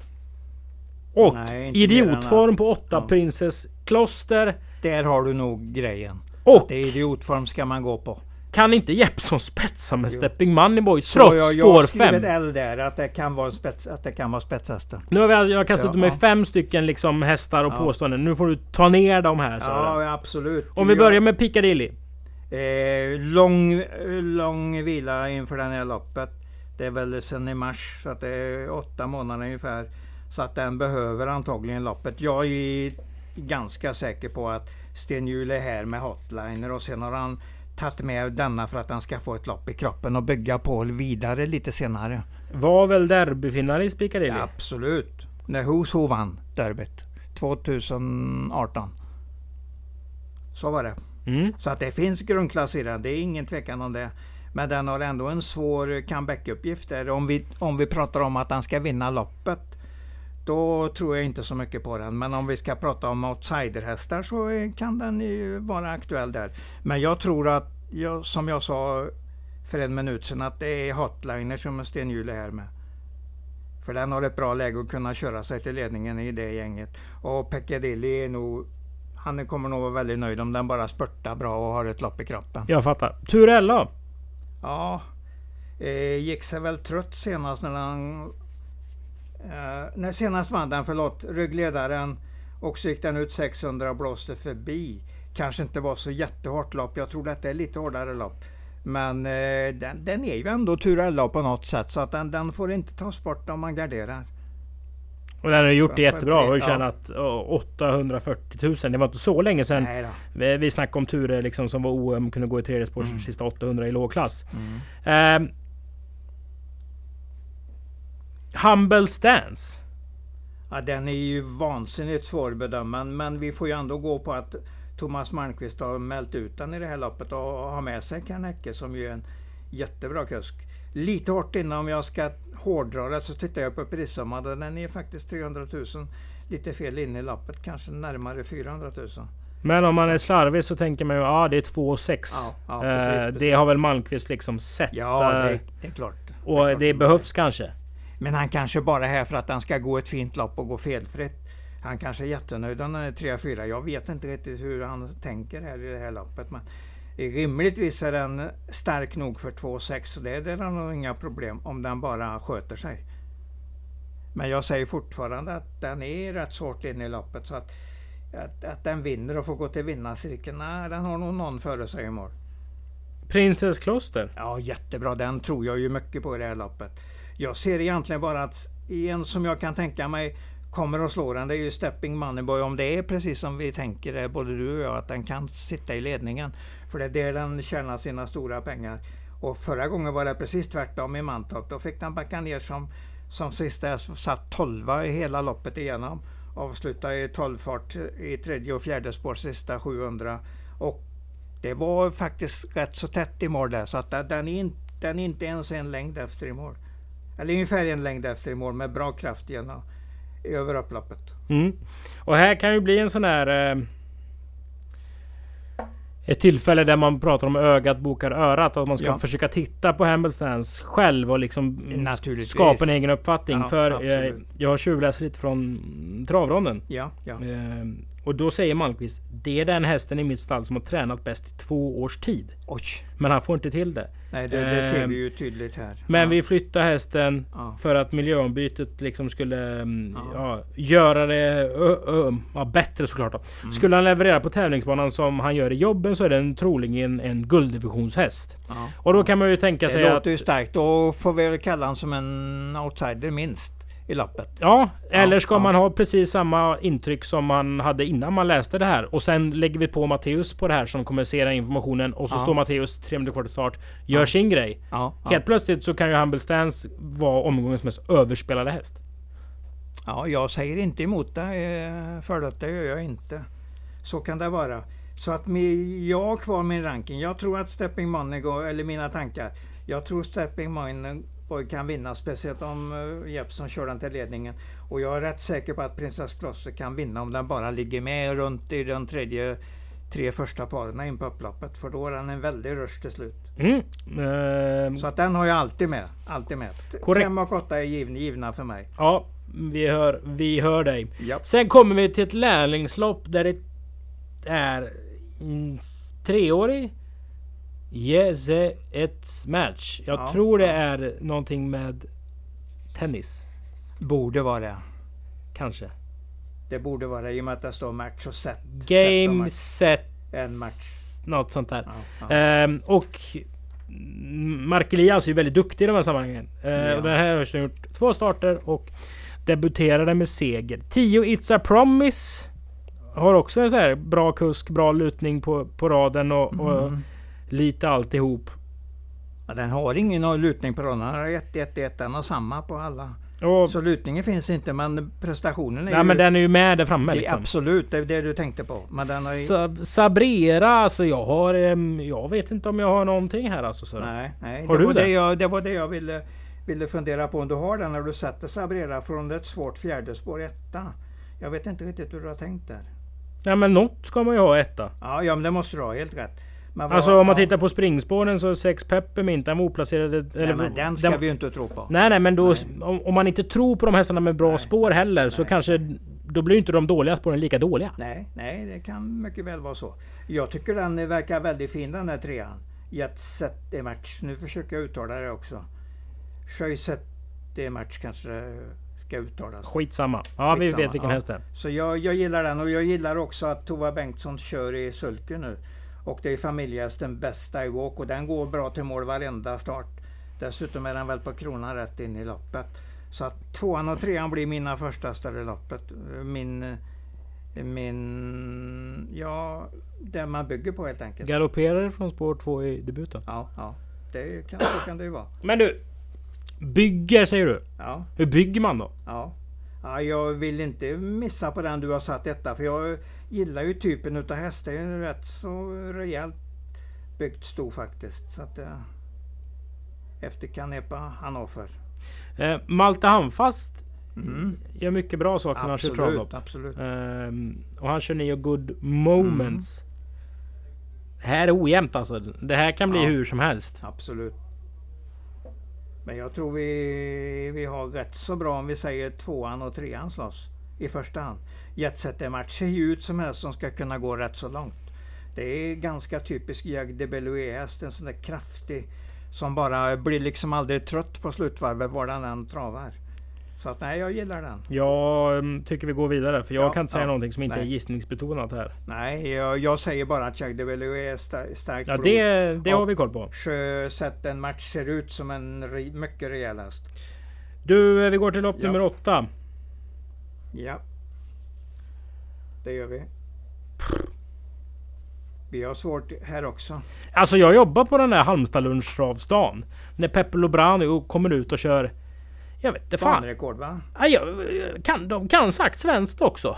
[SPEAKER 1] Och nej, idiotform på åtta ja. Princess Kloster.
[SPEAKER 2] Där har du nog grejen.
[SPEAKER 1] Och
[SPEAKER 2] det är idiotform ska man gå på.
[SPEAKER 1] Kan inte Jeppson spetsa med jo. Stepping Money Boy trots
[SPEAKER 2] jag, jag
[SPEAKER 1] spår fem?
[SPEAKER 2] Jag har där att det kan vara spets, att det kan vara spetshästar.
[SPEAKER 1] Nu har vi, jag har kastat med ja. fem stycken liksom hästar och ja. påståenden. Nu får du ta ner dem här. Så
[SPEAKER 2] ja, ja, absolut.
[SPEAKER 1] Om vi börjar med Piccadilly.
[SPEAKER 2] Eh, lång, lång vila inför den här loppet. Det är väl sen i mars, så att det är åtta månader ungefär. Så att den behöver antagligen loppet. Jag är ganska säker på att Sten Hjul är här med Hotliner och sen har han tagit med denna för att han ska få ett lopp i kroppen och bygga på vidare lite senare.
[SPEAKER 1] Var väl derbyfinalist Piccadilly?
[SPEAKER 2] Ja, absolut. När Who's Who vann derbyt tjugoarton. Så var det. Mm. Så att det finns grundklass i den, det är ingen tvekan om det. Men den har ändå en svår comeback-uppgift där. Om vi, om vi pratar om att han ska vinna loppet, då tror jag inte så mycket på den. Men om vi ska prata om outsiderhästar så kan den ju vara aktuell där. Men jag tror att, jag, som jag sa för en minut sedan, att det är Hotliner som är Sten Hjul här med. För den har ett bra läge att kunna köra sig till ledningen i det gänget. Och Piccadilly är nog, han kommer nog vara väldigt nöjd om den bara spurtar bra och har ett lopp i kroppen.
[SPEAKER 1] Jag fattar. Turella?
[SPEAKER 2] Ja, eh, gick sig väl trött senast när han Uh, när senast vann den, förlåt, ryggledaren, och så gick den ut sexhundra och blåste förbi. Kanske inte var så jättehårt lopp. Jag tror att det är lite hårdare lopp. Men uh, den, den är ju ändå Turella på något sätt, så att den, den får inte tas bort om man garderar.
[SPEAKER 1] Och den har gjort det jättebra. Och har ju tjänat åttahundrafyrtio tusen. Det var inte så länge sedan vi, vi snackade om Ture liksom, som var O M, kunde gå i tredje spår mm. sista åttahundra i lågklass. Mm. Uh, Humble Stance.
[SPEAKER 2] Ja, den är ju vansinnigt svårbedömd, men vi får ju ändå gå på att Thomas Malmqvist har mält ut den i det här loppet och har med sig Kanecke som ju är en jättebra kusk. Lite hårt innan, om jag ska hårdra det så tittar jag på prissumman. Den är faktiskt trehundra tusen. Lite fel in i loppet, kanske närmare fyrahundra tusen.
[SPEAKER 1] Men om man är slarvig så tänker man ju, ja ah, det är två sex.
[SPEAKER 2] Ja, ja,
[SPEAKER 1] precis, eh, precis. Det har väl Malmqvist liksom sett.
[SPEAKER 2] Ja, det, det är klart.
[SPEAKER 1] Och
[SPEAKER 2] det, är
[SPEAKER 1] klart det behövs kanske.
[SPEAKER 2] Men han kanske bara är här för att han ska gå ett fint lopp och gå felfritt. Han kanske är jättenöjd om den är tre fyra. Jag vet inte riktigt hur han tänker här i det här loppet. Men rimligtvis är den stark nog för två sex, så det är det nog inga problem om den bara sköter sig. Men jag säger fortfarande att den är rätt svårt in i loppet, så att, att, att den vinner och får gå till vinnarcirkeln, nej, den har nog någon före sig i mål.
[SPEAKER 1] Princess Kloster?
[SPEAKER 2] Ja, jättebra. Den tror jag ju mycket på i det här loppet. Jag ser egentligen bara att en som jag kan tänka mig kommer att slå den, det är ju Stepping Moneyboy, om det är precis som vi tänker det, både du och jag, att den kan sitta i ledningen. För det är där den tjänar sina stora pengar. Och förra gången var det precis tvärtom i Mantorp. Då fick den backa ner som, som sista, satt tolva i hela loppet igenom. Avsluta i tolv-fart i tredje och fjärde spår sista sjuhundra. Och det var faktiskt rätt så tätt i mål där, så att den är, inte, den är inte ens en längd efter i mål. Eller ungefär en längd efter i mål med bra kraft igenom över upploppet.
[SPEAKER 1] Mm. Och här kan ju bli en sån här... Eh, ett tillfälle där man pratar om ögat bokar örat. Att man ska ja. försöka titta på Hambletons själv och liksom skapa en egen uppfattning. Ja, för eh, jag har tjuvläst lite från travronden.
[SPEAKER 2] Ja, ja.
[SPEAKER 1] Eh, och då säger Malmqvist, det är den hästen i mitt stall som har tränat bäst i två års tid.
[SPEAKER 2] Oj.
[SPEAKER 1] Men han får inte till det.
[SPEAKER 2] Nej, det, det ser vi ju tydligt här.
[SPEAKER 1] Men
[SPEAKER 2] ja.
[SPEAKER 1] vi flyttar hästen ja. för att miljöombytet liksom skulle ja. Ja, göra det ö, ö, ja, bättre såklart. Mm. Skulle han leverera på tävlingsbanan som han gör i jobben, så är den troligen en gulddivisionshäst. Ja. Och då kan man ju tänka
[SPEAKER 2] det
[SPEAKER 1] sig
[SPEAKER 2] låter
[SPEAKER 1] att...
[SPEAKER 2] ju starkt. Då får vi väl kalla han som en outsider minst i loppet.
[SPEAKER 1] Ja, eller ska
[SPEAKER 2] ja.
[SPEAKER 1] man ha precis samma intryck som man hade innan man läste det här. Och sen lägger vi på Matteus på det här som kommer se den informationen. Och så ja. står Matteus tre minuter kvar till start. Gör ja. sin grej.
[SPEAKER 2] Ja. Ja.
[SPEAKER 1] Helt plötsligt så kan ju Hambletons vara omgångens mest överspelade häst.
[SPEAKER 2] Ja, jag säger inte emot det. För det gör jag inte. Så kan det vara. Så att jag har kvar min ranking. Jag tror att Stepping Money går, eller mina tankar. Jag tror Stepping Money kan vinna, speciellt om uh, Jeppson kör den till ledningen. Och jag är rätt säker på att Princess Kloster kan vinna om den bara ligger med runt i den tredje, tre första paren in på upploppet. För då är den en väldig rush till slut.
[SPEAKER 1] Mm. Uh,
[SPEAKER 2] Så att den har jag alltid med. Alltid med.
[SPEAKER 1] Korrekt.
[SPEAKER 2] Fem och åtta är givna, givna för mig.
[SPEAKER 1] Ja, vi hör, vi hör dig.
[SPEAKER 2] Yep.
[SPEAKER 1] Sen kommer vi till ett lärlingslopp där det är en treårig Yes, ett match. Jag ja, tror det ja. är någonting med tennis.
[SPEAKER 2] Borde vara det.
[SPEAKER 1] Kanske.
[SPEAKER 2] Det borde vara det i och med att det står match och set.
[SPEAKER 1] Game,
[SPEAKER 2] set,
[SPEAKER 1] set.
[SPEAKER 2] En match.
[SPEAKER 1] Något sånt där.
[SPEAKER 2] Ja, ja.
[SPEAKER 1] Ehm, och Mark Elias är ju väldigt duktig i de här sammanhangen. Ehm, ja. Den här har gjort två starter och debuterade med seger. tio It's a Promise. Har också en så här bra kusk, bra lutning på, på raden och, mm. och lite alltihop.
[SPEAKER 2] Ja, den har ingen lutning på raden. Den har ett ett ett. Den har samma på alla.
[SPEAKER 1] Och,
[SPEAKER 2] så lutningen finns inte, men prestationen är
[SPEAKER 1] ja,
[SPEAKER 2] ju...
[SPEAKER 1] men den är ju med där framme.
[SPEAKER 2] Det,
[SPEAKER 1] liksom.
[SPEAKER 2] Absolut, det är det du tänkte på. Men den har ju...
[SPEAKER 1] Sa- Sabrera, alltså jag har... Jag vet inte om jag har någonting här alltså. Så.
[SPEAKER 2] Nej, nej.
[SPEAKER 1] Har
[SPEAKER 2] det,
[SPEAKER 1] du
[SPEAKER 2] var
[SPEAKER 1] det?
[SPEAKER 2] Det, jag, det var det jag ville, ville fundera på. Om du har den när du sätter Sabrera från ett svårt fjärde spår etta. Jag vet inte riktigt hur du har tänkt där.
[SPEAKER 1] Ja, men något ska man ju ha etta.
[SPEAKER 2] Ja, ja men det måste du ha, helt rätt.
[SPEAKER 1] Vad, alltså om man tittar på springspåren så är sex Peppermint, den var oplacerade.
[SPEAKER 2] Nej, eller, men den ska den, vi ju inte tro på.
[SPEAKER 1] Nej, nej, men då, nej. Om, om man inte tror på de hästarna med bra nej, spår heller nej, så nej, kanske nej. Då blir inte de dåliga spåren lika dåliga.
[SPEAKER 2] Nej, nej, det kan mycket väl vara så. Jag tycker den verkar väldigt fin, den här trean. Jet set i match. Nu försöker jag uttala det också. Sjöj set i match kanske ska uttalas.
[SPEAKER 1] Skitsamma. Ja, Skitsamma. Vi vet vilken ja. häst det är.
[SPEAKER 2] Så jag, jag gillar den, och jag gillar också att Tova Bengtsson kör i sulken nu. Och det är familjehästen bästa i walk, och den går bra till mål varenda start. Dessutom är den väl på kronan rätt in i loppet. Så att tvåan och trean blir mina första större loppet. Min, min, ja, det man bygger på helt enkelt.
[SPEAKER 1] Galopperare från spår två i debuten.
[SPEAKER 2] Ja, ja. Det kan, så kan det ju vara.
[SPEAKER 1] Men du, bygger säger du?
[SPEAKER 2] Ja.
[SPEAKER 1] Hur bygger man då?
[SPEAKER 2] Ja. Ja, jag vill inte missa på den du har satt detta, för jag gillar ju typen utav häst. Det är ju rätt så rejält byggt stor faktiskt. Så att, eh, efter Canepa Hannover.
[SPEAKER 1] Eh, Malte Handfast
[SPEAKER 2] mm.
[SPEAKER 1] gör mycket bra saker när han kör travlopp.
[SPEAKER 2] Absolut.
[SPEAKER 1] Eh, och han kör nio good moments. Mm. Det här är ojämnt alltså. Det här kan bli ja. hur som helst.
[SPEAKER 2] Absolut. Men jag tror vi, vi har rätt så bra om vi säger tvåan och trean slåss i första hand. Jetset match ser ju ut som helst som ska kunna gå rätt så långt. Det är ganska typisk Jag de Belouet-häst, en sån där kraftig som bara blir liksom aldrig trött på slutvarvet var den än travar. Så att nej, jag gillar den.
[SPEAKER 1] Jag um, tycker vi går vidare, för jag ja, kan inte säga ja, någonting som inte nej. är gissningsbetonat här.
[SPEAKER 2] Nej, jag, jag säger bara att Jag de Belouet är sta- starkt.
[SPEAKER 1] Ja, det, det har vi koll på.
[SPEAKER 2] Sjösätt en match ser ut som en re- mycket rejäl häst.
[SPEAKER 1] Du, vi går till lopp
[SPEAKER 2] ja.
[SPEAKER 1] nummer åtta.
[SPEAKER 2] Ja. Det gör vi. Vi har svårt här också.
[SPEAKER 1] Alltså jag jobbar på den där Halmstad lunchtravsdagen. När Peppe Lobrano kommer ut och kör... Jag vet inte fan.
[SPEAKER 2] Banrekord va?
[SPEAKER 1] Ja, jag, kan, de kan sagt svenskt också.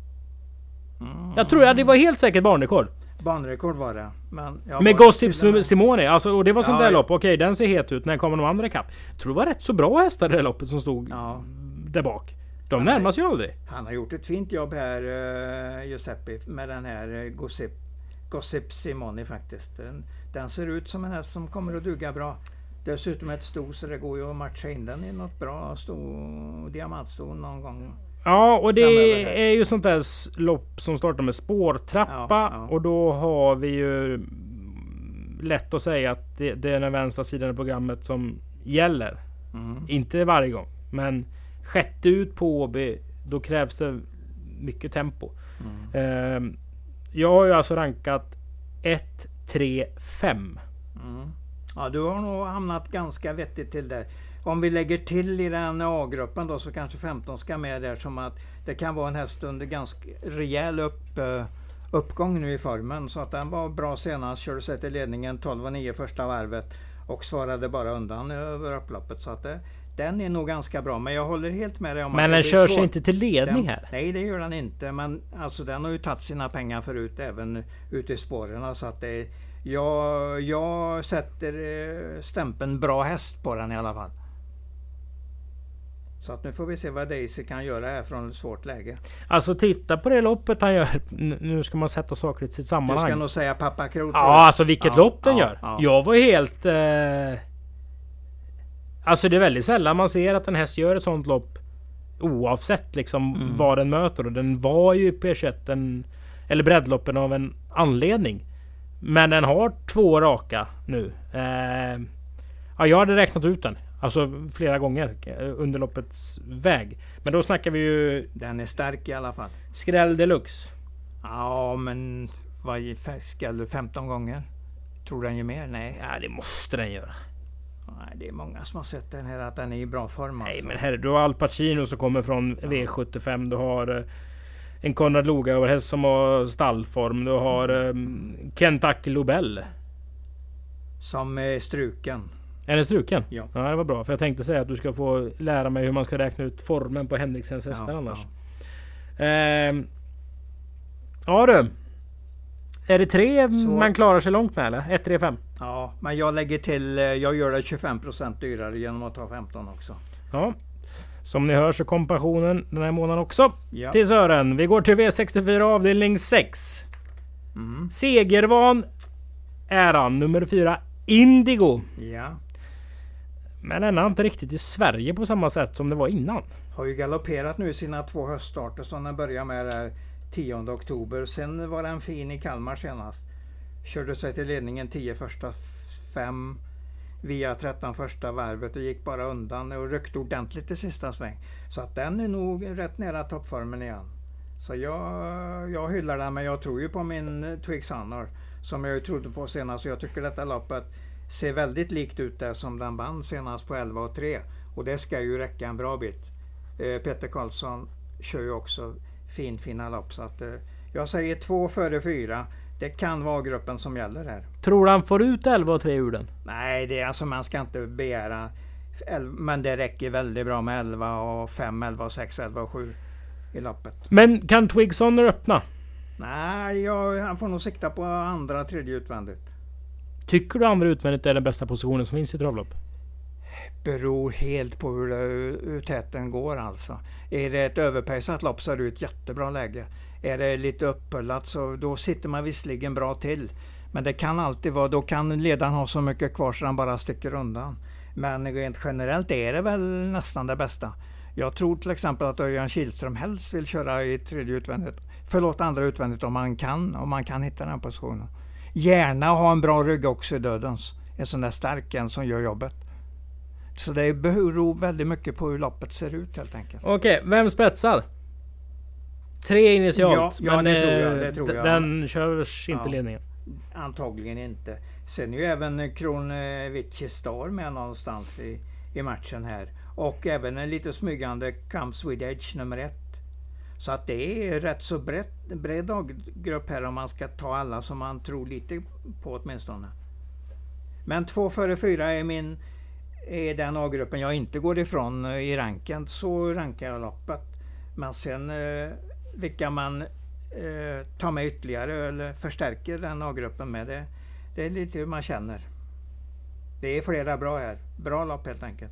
[SPEAKER 1] Mm. Jag tror att det var helt säkert banrekord.
[SPEAKER 2] Banrekord var det. Men
[SPEAKER 1] med Gossip Simone. Alltså, och det var sånt ja, där ja. lopp. Okej, den ser het ut. När kommer de andra ikapp? Jag tror det var rätt så bra hästar det loppet som stod ja. där bak. De närmar sig ju aldrig.
[SPEAKER 2] Han har gjort ett fint jobb här, uh, Giuseppe, med den här uh, Gossip, Gossip Simone faktiskt. Den, den ser ut som en häst som kommer att duga bra. Dessutom ett sto, så det går ju att matcha in den i något bra sto, diamantsto någon gång.
[SPEAKER 1] Ja, och det är ju sånt där lopp som startar med spårtrappa. Ja, ja. Och då har vi ju lätt att säga att det, det är den vänstra sidan av programmet som gäller. Mm. Inte varje gång, men sjätte ut på O B, då krävs det mycket tempo. Mm. Uh, jag har ju alltså rankat ett, tre, fem.
[SPEAKER 2] Mm. Ja, du har nog hamnat ganska vettigt till där. Om vi lägger till i den A-gruppen då, så kanske femton ska med där, som att det kan vara en häst under ganska rejäl upp, uh, uppgång nu i formen. Så att den var bra senast, körde sig till ledningen tolv och nio första varvet och svarade bara undan över upploppet. Så att det, den är nog ganska bra, men jag håller helt med dig om
[SPEAKER 1] men att den kör sig inte till ledning
[SPEAKER 2] den,
[SPEAKER 1] här.
[SPEAKER 2] Nej, det gör den inte, men alltså den har ju tagit sina pengar förut även ute i spåren, så att det, jag, jag sätter stämpeln bra häst på den i alla fall. Så att nu får vi se vad Daisy kan göra här från ett svårt läge.
[SPEAKER 1] Alltså titta på det loppet han gör. Nu ska man sätta saker i sitt sammanhang.
[SPEAKER 2] Du ska nog säga Pappa Krot.
[SPEAKER 1] Ja, alltså vilket ja, lopp den
[SPEAKER 2] ja,
[SPEAKER 1] gör.
[SPEAKER 2] Ja.
[SPEAKER 1] Jag var helt... Eh... Alltså det är väldigt sällan man ser att en häst gör ett sånt lopp oavsett liksom mm. vad den möter. Och den var ju P tjugoett en, eller breddloppen av en anledning. Men den har två raka nu. Eh... Ja, jag hade räknat ut den. Alltså flera gånger under loppets väg. Men då snackar vi ju...
[SPEAKER 2] Den är stark i alla fall.
[SPEAKER 1] Skräll deluxe.
[SPEAKER 2] Ja, men vad skräll du femton gånger? Tror den ju mer? Nej.
[SPEAKER 1] Ja, det måste den göra.
[SPEAKER 2] Nej, det är många som har sett den här, att den är i bra form.
[SPEAKER 1] Nej,
[SPEAKER 2] alltså.
[SPEAKER 1] men herre, du har Al Pacino som kommer från ja. V sjuttiofem. Du har uh, en Konrad Lugauer-häst som har stallform. Du har um, Kentucky Lobel.
[SPEAKER 2] Som är struken.
[SPEAKER 1] Är den struken?
[SPEAKER 2] Ja.
[SPEAKER 1] Ja, det var bra. För jag tänkte säga att du ska få lära mig hur man ska räkna ut formen på Henriksens hästar ja, annars. Ja, eh, ja du. Är det tre så man klarar sig långt med eller? ett, tre, fem?
[SPEAKER 2] Ja, men jag lägger till, jag gör det tjugofem procent dyrare genom att ta femton också.
[SPEAKER 1] Ja. Som ni hör så kom pensionen den här månaden också.
[SPEAKER 2] Ja.
[SPEAKER 1] Till Sören. Vi går till V sextiofyra avdelning sex. Mm. Segervan är han. Nummer fyra. Indigo.
[SPEAKER 2] Ja.
[SPEAKER 1] Men den är inte riktigt i Sverige på samma sätt som det var innan.
[SPEAKER 2] Har ju galopperat nu sina två höststarter som den börjar med där tionde oktober. Sen var den fin i Kalmar senast. Körde sig till ledningen tio första fem via tretton första varvet och gick bara undan och ryckte ordentligt i sista sväng. Så att den är nog rätt nära toppformen igen. Så jag, jag hyllar den, men jag tror ju på min Twix Honor som jag ju trodde på senast. Så jag tycker detta loppet ser väldigt likt ut där som den vann senast på elva och tre. Och det ska ju räcka en bra bit. Eh, Peter Karlsson kör ju också fin fina lopp. Så att, eh, jag säger två före fyra. Det kan vara gruppen som gäller här.
[SPEAKER 1] Tror du han får ut elva och tre ur den?
[SPEAKER 2] Nej, det är alltså man ska inte begära. Men det räcker väldigt bra med elva och fem, elva och sex, elva och sju i loppet.
[SPEAKER 1] Men kan Twix Honor öppna?
[SPEAKER 2] Nej, jag, han får nog sikta på andra, tredje utvändigt.
[SPEAKER 1] Tycker du andra utvändigt är den bästa positionen som finns i travlopp?
[SPEAKER 2] Beror helt på hur, det, hur täten går alltså. Är det ett överpejsat lopp så är det ett jättebra läge. Är det lite uppullat så då sitter man visserligen bra till. Men det kan alltid vara, då kan ledaren ha så mycket kvar så han bara sticker undan. Men rent generellt är det väl nästan det bästa. Jag tror till exempel att Örjan Kihlström helst vill köra i tredje utvändigt. Förlåt, andra utvändigt om man kan, om man kan hitta den positionen. Gärna ha en bra rygg också i dödens. En sån där stark en som gör jobbet. Så det beror väldigt mycket på hur loppet ser ut helt enkelt.
[SPEAKER 1] Okej, vem spetsar? Tre initialt,
[SPEAKER 2] ja, ja,
[SPEAKER 1] men
[SPEAKER 2] det tror jag, det tror jag.
[SPEAKER 1] Den körs inte
[SPEAKER 2] ja,
[SPEAKER 1] ledningen.
[SPEAKER 2] Antagligen inte. Sen är ju även Kronvici Star med någonstans i, i matchen här. Och även en lite smygande Comes With Edge nummer ett. Så att det är rätt så bred, bred daggrupp här om man ska ta alla som man tror lite på åtminstone. Men två före fyra är min är den A-gruppen jag inte går ifrån i ranken. Så rankar jag loppet. Men sen eh, vilka man eh, tar med ytterligare eller förstärker den A-gruppen med det, det är lite hur man känner. Det är flera bra här. Bra lopp helt enkelt.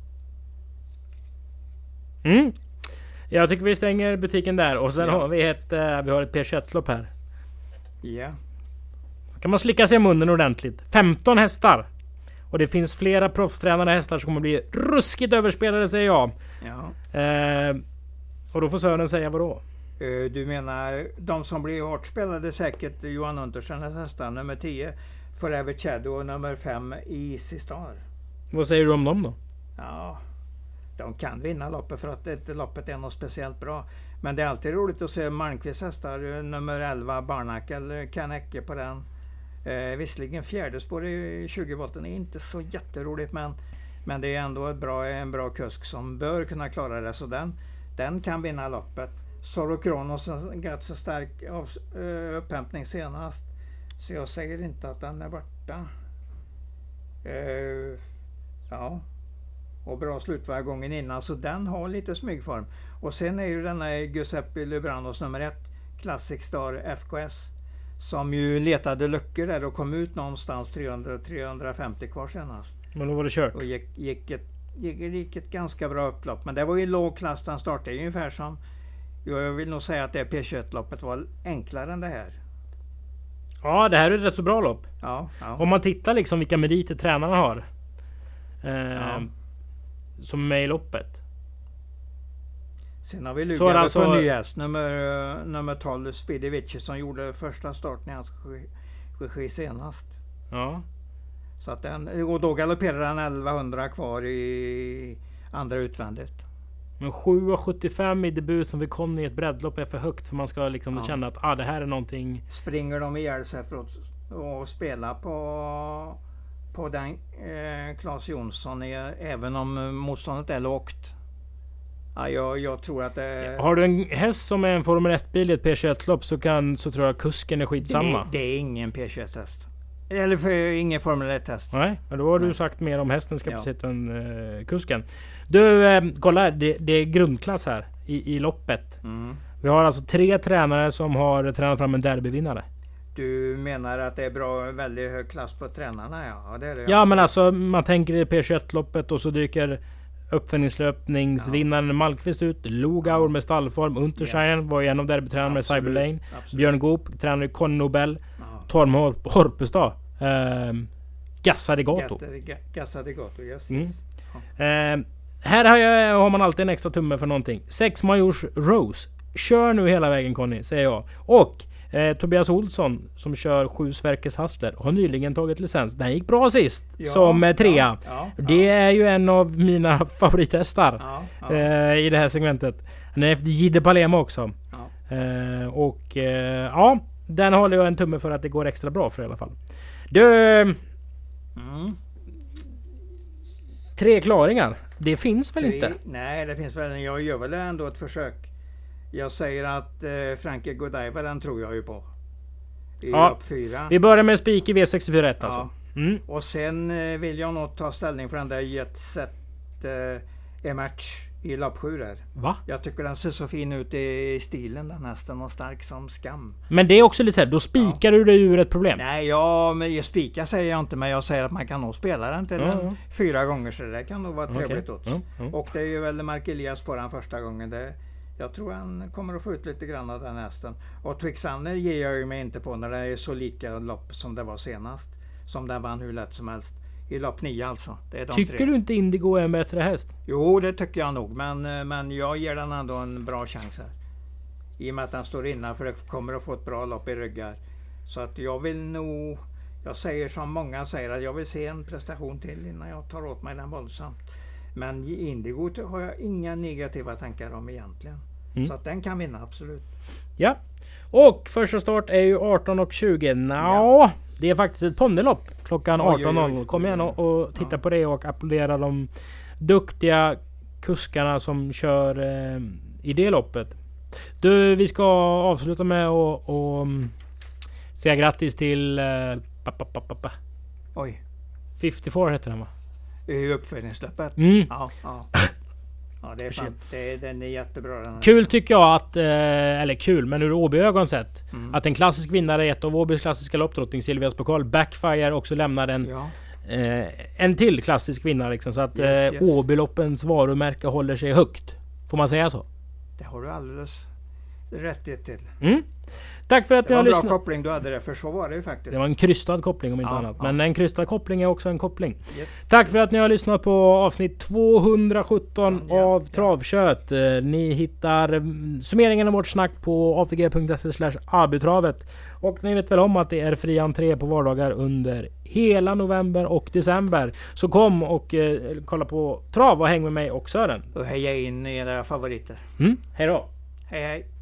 [SPEAKER 1] Mm. Jag tycker vi stänger butiken där och sen
[SPEAKER 2] ja.
[SPEAKER 1] har vi ett eh, vi har ett P tjugoett-lopp här.
[SPEAKER 2] Ja.
[SPEAKER 1] Kan man slicka sig i munnen ordentligt. femton hästar. Och det finns flera proffstränade hästar som kommer bli ruskigt överspelade, säger jag.
[SPEAKER 2] Ja.
[SPEAKER 1] Eh, och då får Sören säga vad då?
[SPEAKER 2] Uh, du menar de som blir hårt spelade säkert Johan Untersens hästar, nummer tio Forever Shadow och nummer fem Easy Star.
[SPEAKER 1] Vad säger du om dem då?
[SPEAKER 2] Ja, de kan vinna loppet för att det, loppet är något speciellt bra. Men det är alltid roligt att se Malmqvists hästar, nummer elva Barnacle, Kanecke på den. Eh, visserligen fjärde spår i tjugo volten är inte så jätteroligt, men, men det är ändå ett bra, en bra kusk som bör kunna klara det. Så den, den kan vinna loppet. Zorro Kronos gav så stark av, uh, upphämtning senast. Så jag säger inte att den är borta. Uh, ja. Och bra slut varje gången innan. Så den har lite smygform. Och sen är ju denna Giuseppe Lubranos nummer ett. Classic Star F K S. Som ju letade luckor där och kom ut någonstans trehundra till trehundrafemtio kvar senast.
[SPEAKER 1] Men då var det kört.
[SPEAKER 2] Och gick, gick, ett, gick, gick ett ganska bra upplopp. Men det var ju låg klass. Den startade ungefär som... Jag vill nog säga att det P tjugoett-loppet var enklare än det här.
[SPEAKER 1] Ja, det här är ett rätt så bra lopp.
[SPEAKER 2] Ja, ja.
[SPEAKER 1] Om man tittar liksom vilka meriter tränarna har. Eh,
[SPEAKER 2] ja.
[SPEAKER 1] Som med i loppet.
[SPEAKER 2] Sen har vi Lugav
[SPEAKER 1] alltså,
[SPEAKER 2] på ny häst. Nummer, nummer tolv Speedy Vici som gjorde första starten i hans regi senast.
[SPEAKER 1] Ja.
[SPEAKER 2] Så att den, och då galopperar han elvahundra kvar i andra utvändigt.
[SPEAKER 1] Men sju sjuttiofem i debut som vi kom i ett breddlopp är för högt för man ska liksom ja. känna att ah, det här är någonting.
[SPEAKER 2] Springer de ihjäl sig för att och spela på på den eh, Claes Jonsson är, även om motståndet är lågt. Ja, jag, jag tror att det...
[SPEAKER 1] Har du en häst som är en Formel ett-bil i ett P tjugoett-lopp så, kan, så tror jag kusken är skitsamma.
[SPEAKER 2] Det, det är ingen P tjugoett-häst. Eller för ingen Formel ett-häst.
[SPEAKER 1] Nej, men då har Nej. du sagt mer om hästens kapacitet ja. än eh, kusken. Du, eh, kolla det, det är grundklass här i, i loppet. Mm. Vi har alltså tre tränare som har tränat fram en derbyvinnare.
[SPEAKER 2] Du menar att det är bra, väldigt hög klass på tränarna? Ja, det är det.
[SPEAKER 1] Ja, men alltså man tänker i P tjugoett-loppet och så dyker uppföljningslöpningsvinnaren ja. Malmqvist ut. Logaur ja. med stallform. Unterschein ja. var ju en av derbytränarna med Cyberlane. Björn Goop tränade i Con Nobel. Ja. Torm Horpestad. Ehm, Gassa di Gato.
[SPEAKER 2] Gassa di Gato, yes.
[SPEAKER 1] Mm. Ja. Ehm, här har, jag, har man alltid en extra tumme för någonting. Sex Majors Rose. Kör nu hela vägen Conny, säger jag. Och eh, Tobias Olsson som kör sju Sverkes Hustler har nyligen tagit licens. Den gick bra sist ja, som eh, trea. Ja, ja, det ja. är ju en av mina favorithästar ja, ja. Eh, i det här segmentet. Den är efter Gide Palema också. Ja. Eh, och eh, ja, den håller jag en tumme för att det går extra bra för i alla fall. Du... Mm. Tre klaringar. Det finns väl
[SPEAKER 2] Tre,
[SPEAKER 1] inte?
[SPEAKER 2] Nej, det finns väl. Jag gör väl ändå ett försök. Jag säger att eh, Frankie Godiva, den tror jag ju på. I
[SPEAKER 1] ja,
[SPEAKER 2] lopp fyra.
[SPEAKER 1] Vi börjar med spik i V sextiofyra ett alltså.
[SPEAKER 2] Ja. Mm. Och sen eh, vill jag nog ta ställning för den där Jetset eh, match i lopp sju där.
[SPEAKER 1] Va?
[SPEAKER 2] Jag tycker den ser så fin ut i stilen, den hästen, och stark som skam.
[SPEAKER 1] Men det är också lite här, då spikar ja. du dig ur ett problem.
[SPEAKER 2] Nej, ja, men jag spikar säger jag inte, men jag säger att man kan nog spela den till
[SPEAKER 1] ja,
[SPEAKER 2] den
[SPEAKER 1] ja.
[SPEAKER 2] fyra gånger, så det kan nog vara trevligt
[SPEAKER 1] okay.
[SPEAKER 2] åt.
[SPEAKER 1] Ja, ja.
[SPEAKER 2] Och det är ju väl Mark Elias på den första gången. Det, jag tror han kommer att få ut lite grann av den hästen. Och Twixander ger jag ju mig inte på när det är så lika lopp som det var senast. Som den vann hur lätt som helst. i lopp nio alltså. Det är de
[SPEAKER 1] Tycker
[SPEAKER 2] tre.
[SPEAKER 1] du inte Indigo är en bättre häst?
[SPEAKER 2] Jo, det tycker jag nog. Men, men jag ger den ändå en bra chans här. I och med att den står innan, för det kommer att få ett bra lopp i ryggar. Så att jag vill nog... Jag säger som många säger att jag vill se en prestation till innan jag tar åt mig den våldsamt. Men i Indigo har jag inga negativa tankar om egentligen. Mm. Så att den kan vinna, absolut.
[SPEAKER 1] Ja. Och första start är ju arton och tjugo. Nå, ja. Det är faktiskt ett ponnylopp klockan arton noll noll. Kom igen och, och titta ja. på det och applådera de duktiga kuskarna som kör eh, i det loppet. Du, vi ska avsluta med att säga grattis till eh, pa, pa, pa, pa, pa.
[SPEAKER 2] Oj.
[SPEAKER 1] femtiofyra heter den, va?
[SPEAKER 2] I uppföljningsloppet.
[SPEAKER 1] Mm.
[SPEAKER 2] Ja, ja. Ja, det är fan, det är, den är jättebra. Den
[SPEAKER 1] kul tycker jag att, eh, eller kul, men ur Åby-ögon sett,
[SPEAKER 2] mm.
[SPEAKER 1] att en klassisk vinnare i ett av Åbys klassiska lopp, Drottning Silvias pokal, Backfire, också lämnar en,
[SPEAKER 2] ja.
[SPEAKER 1] eh, en till klassisk vinnare liksom, så att
[SPEAKER 2] yes,
[SPEAKER 1] eh,
[SPEAKER 2] yes.
[SPEAKER 1] Åbyloppens varumärke håller sig högt. Får man säga så?
[SPEAKER 2] Det har du alldeles rätt till.
[SPEAKER 1] Mm. Tack för att
[SPEAKER 2] det
[SPEAKER 1] ni har lyssnat.
[SPEAKER 2] Det var en bra koppling du hade det, för så var det ju faktiskt.
[SPEAKER 1] Det var en krystad koppling om inte
[SPEAKER 2] ja,
[SPEAKER 1] annat.
[SPEAKER 2] Ja.
[SPEAKER 1] Men en krystad koppling är också en koppling.
[SPEAKER 2] Yes.
[SPEAKER 1] Tack för att ni har lyssnat på avsnitt tvåhundrasjutton ja, av ja. Travkött. Ni hittar summeringen av vårt snack på a f g punkt se slash abutravet. Och ni vet väl om att det är fri entré på vardagar under hela november och december. Så kom och eh, kolla på trav och häng med mig och Sören.
[SPEAKER 2] Och heja in i era favoriter.
[SPEAKER 1] Mm, hej då.
[SPEAKER 2] Hej hej.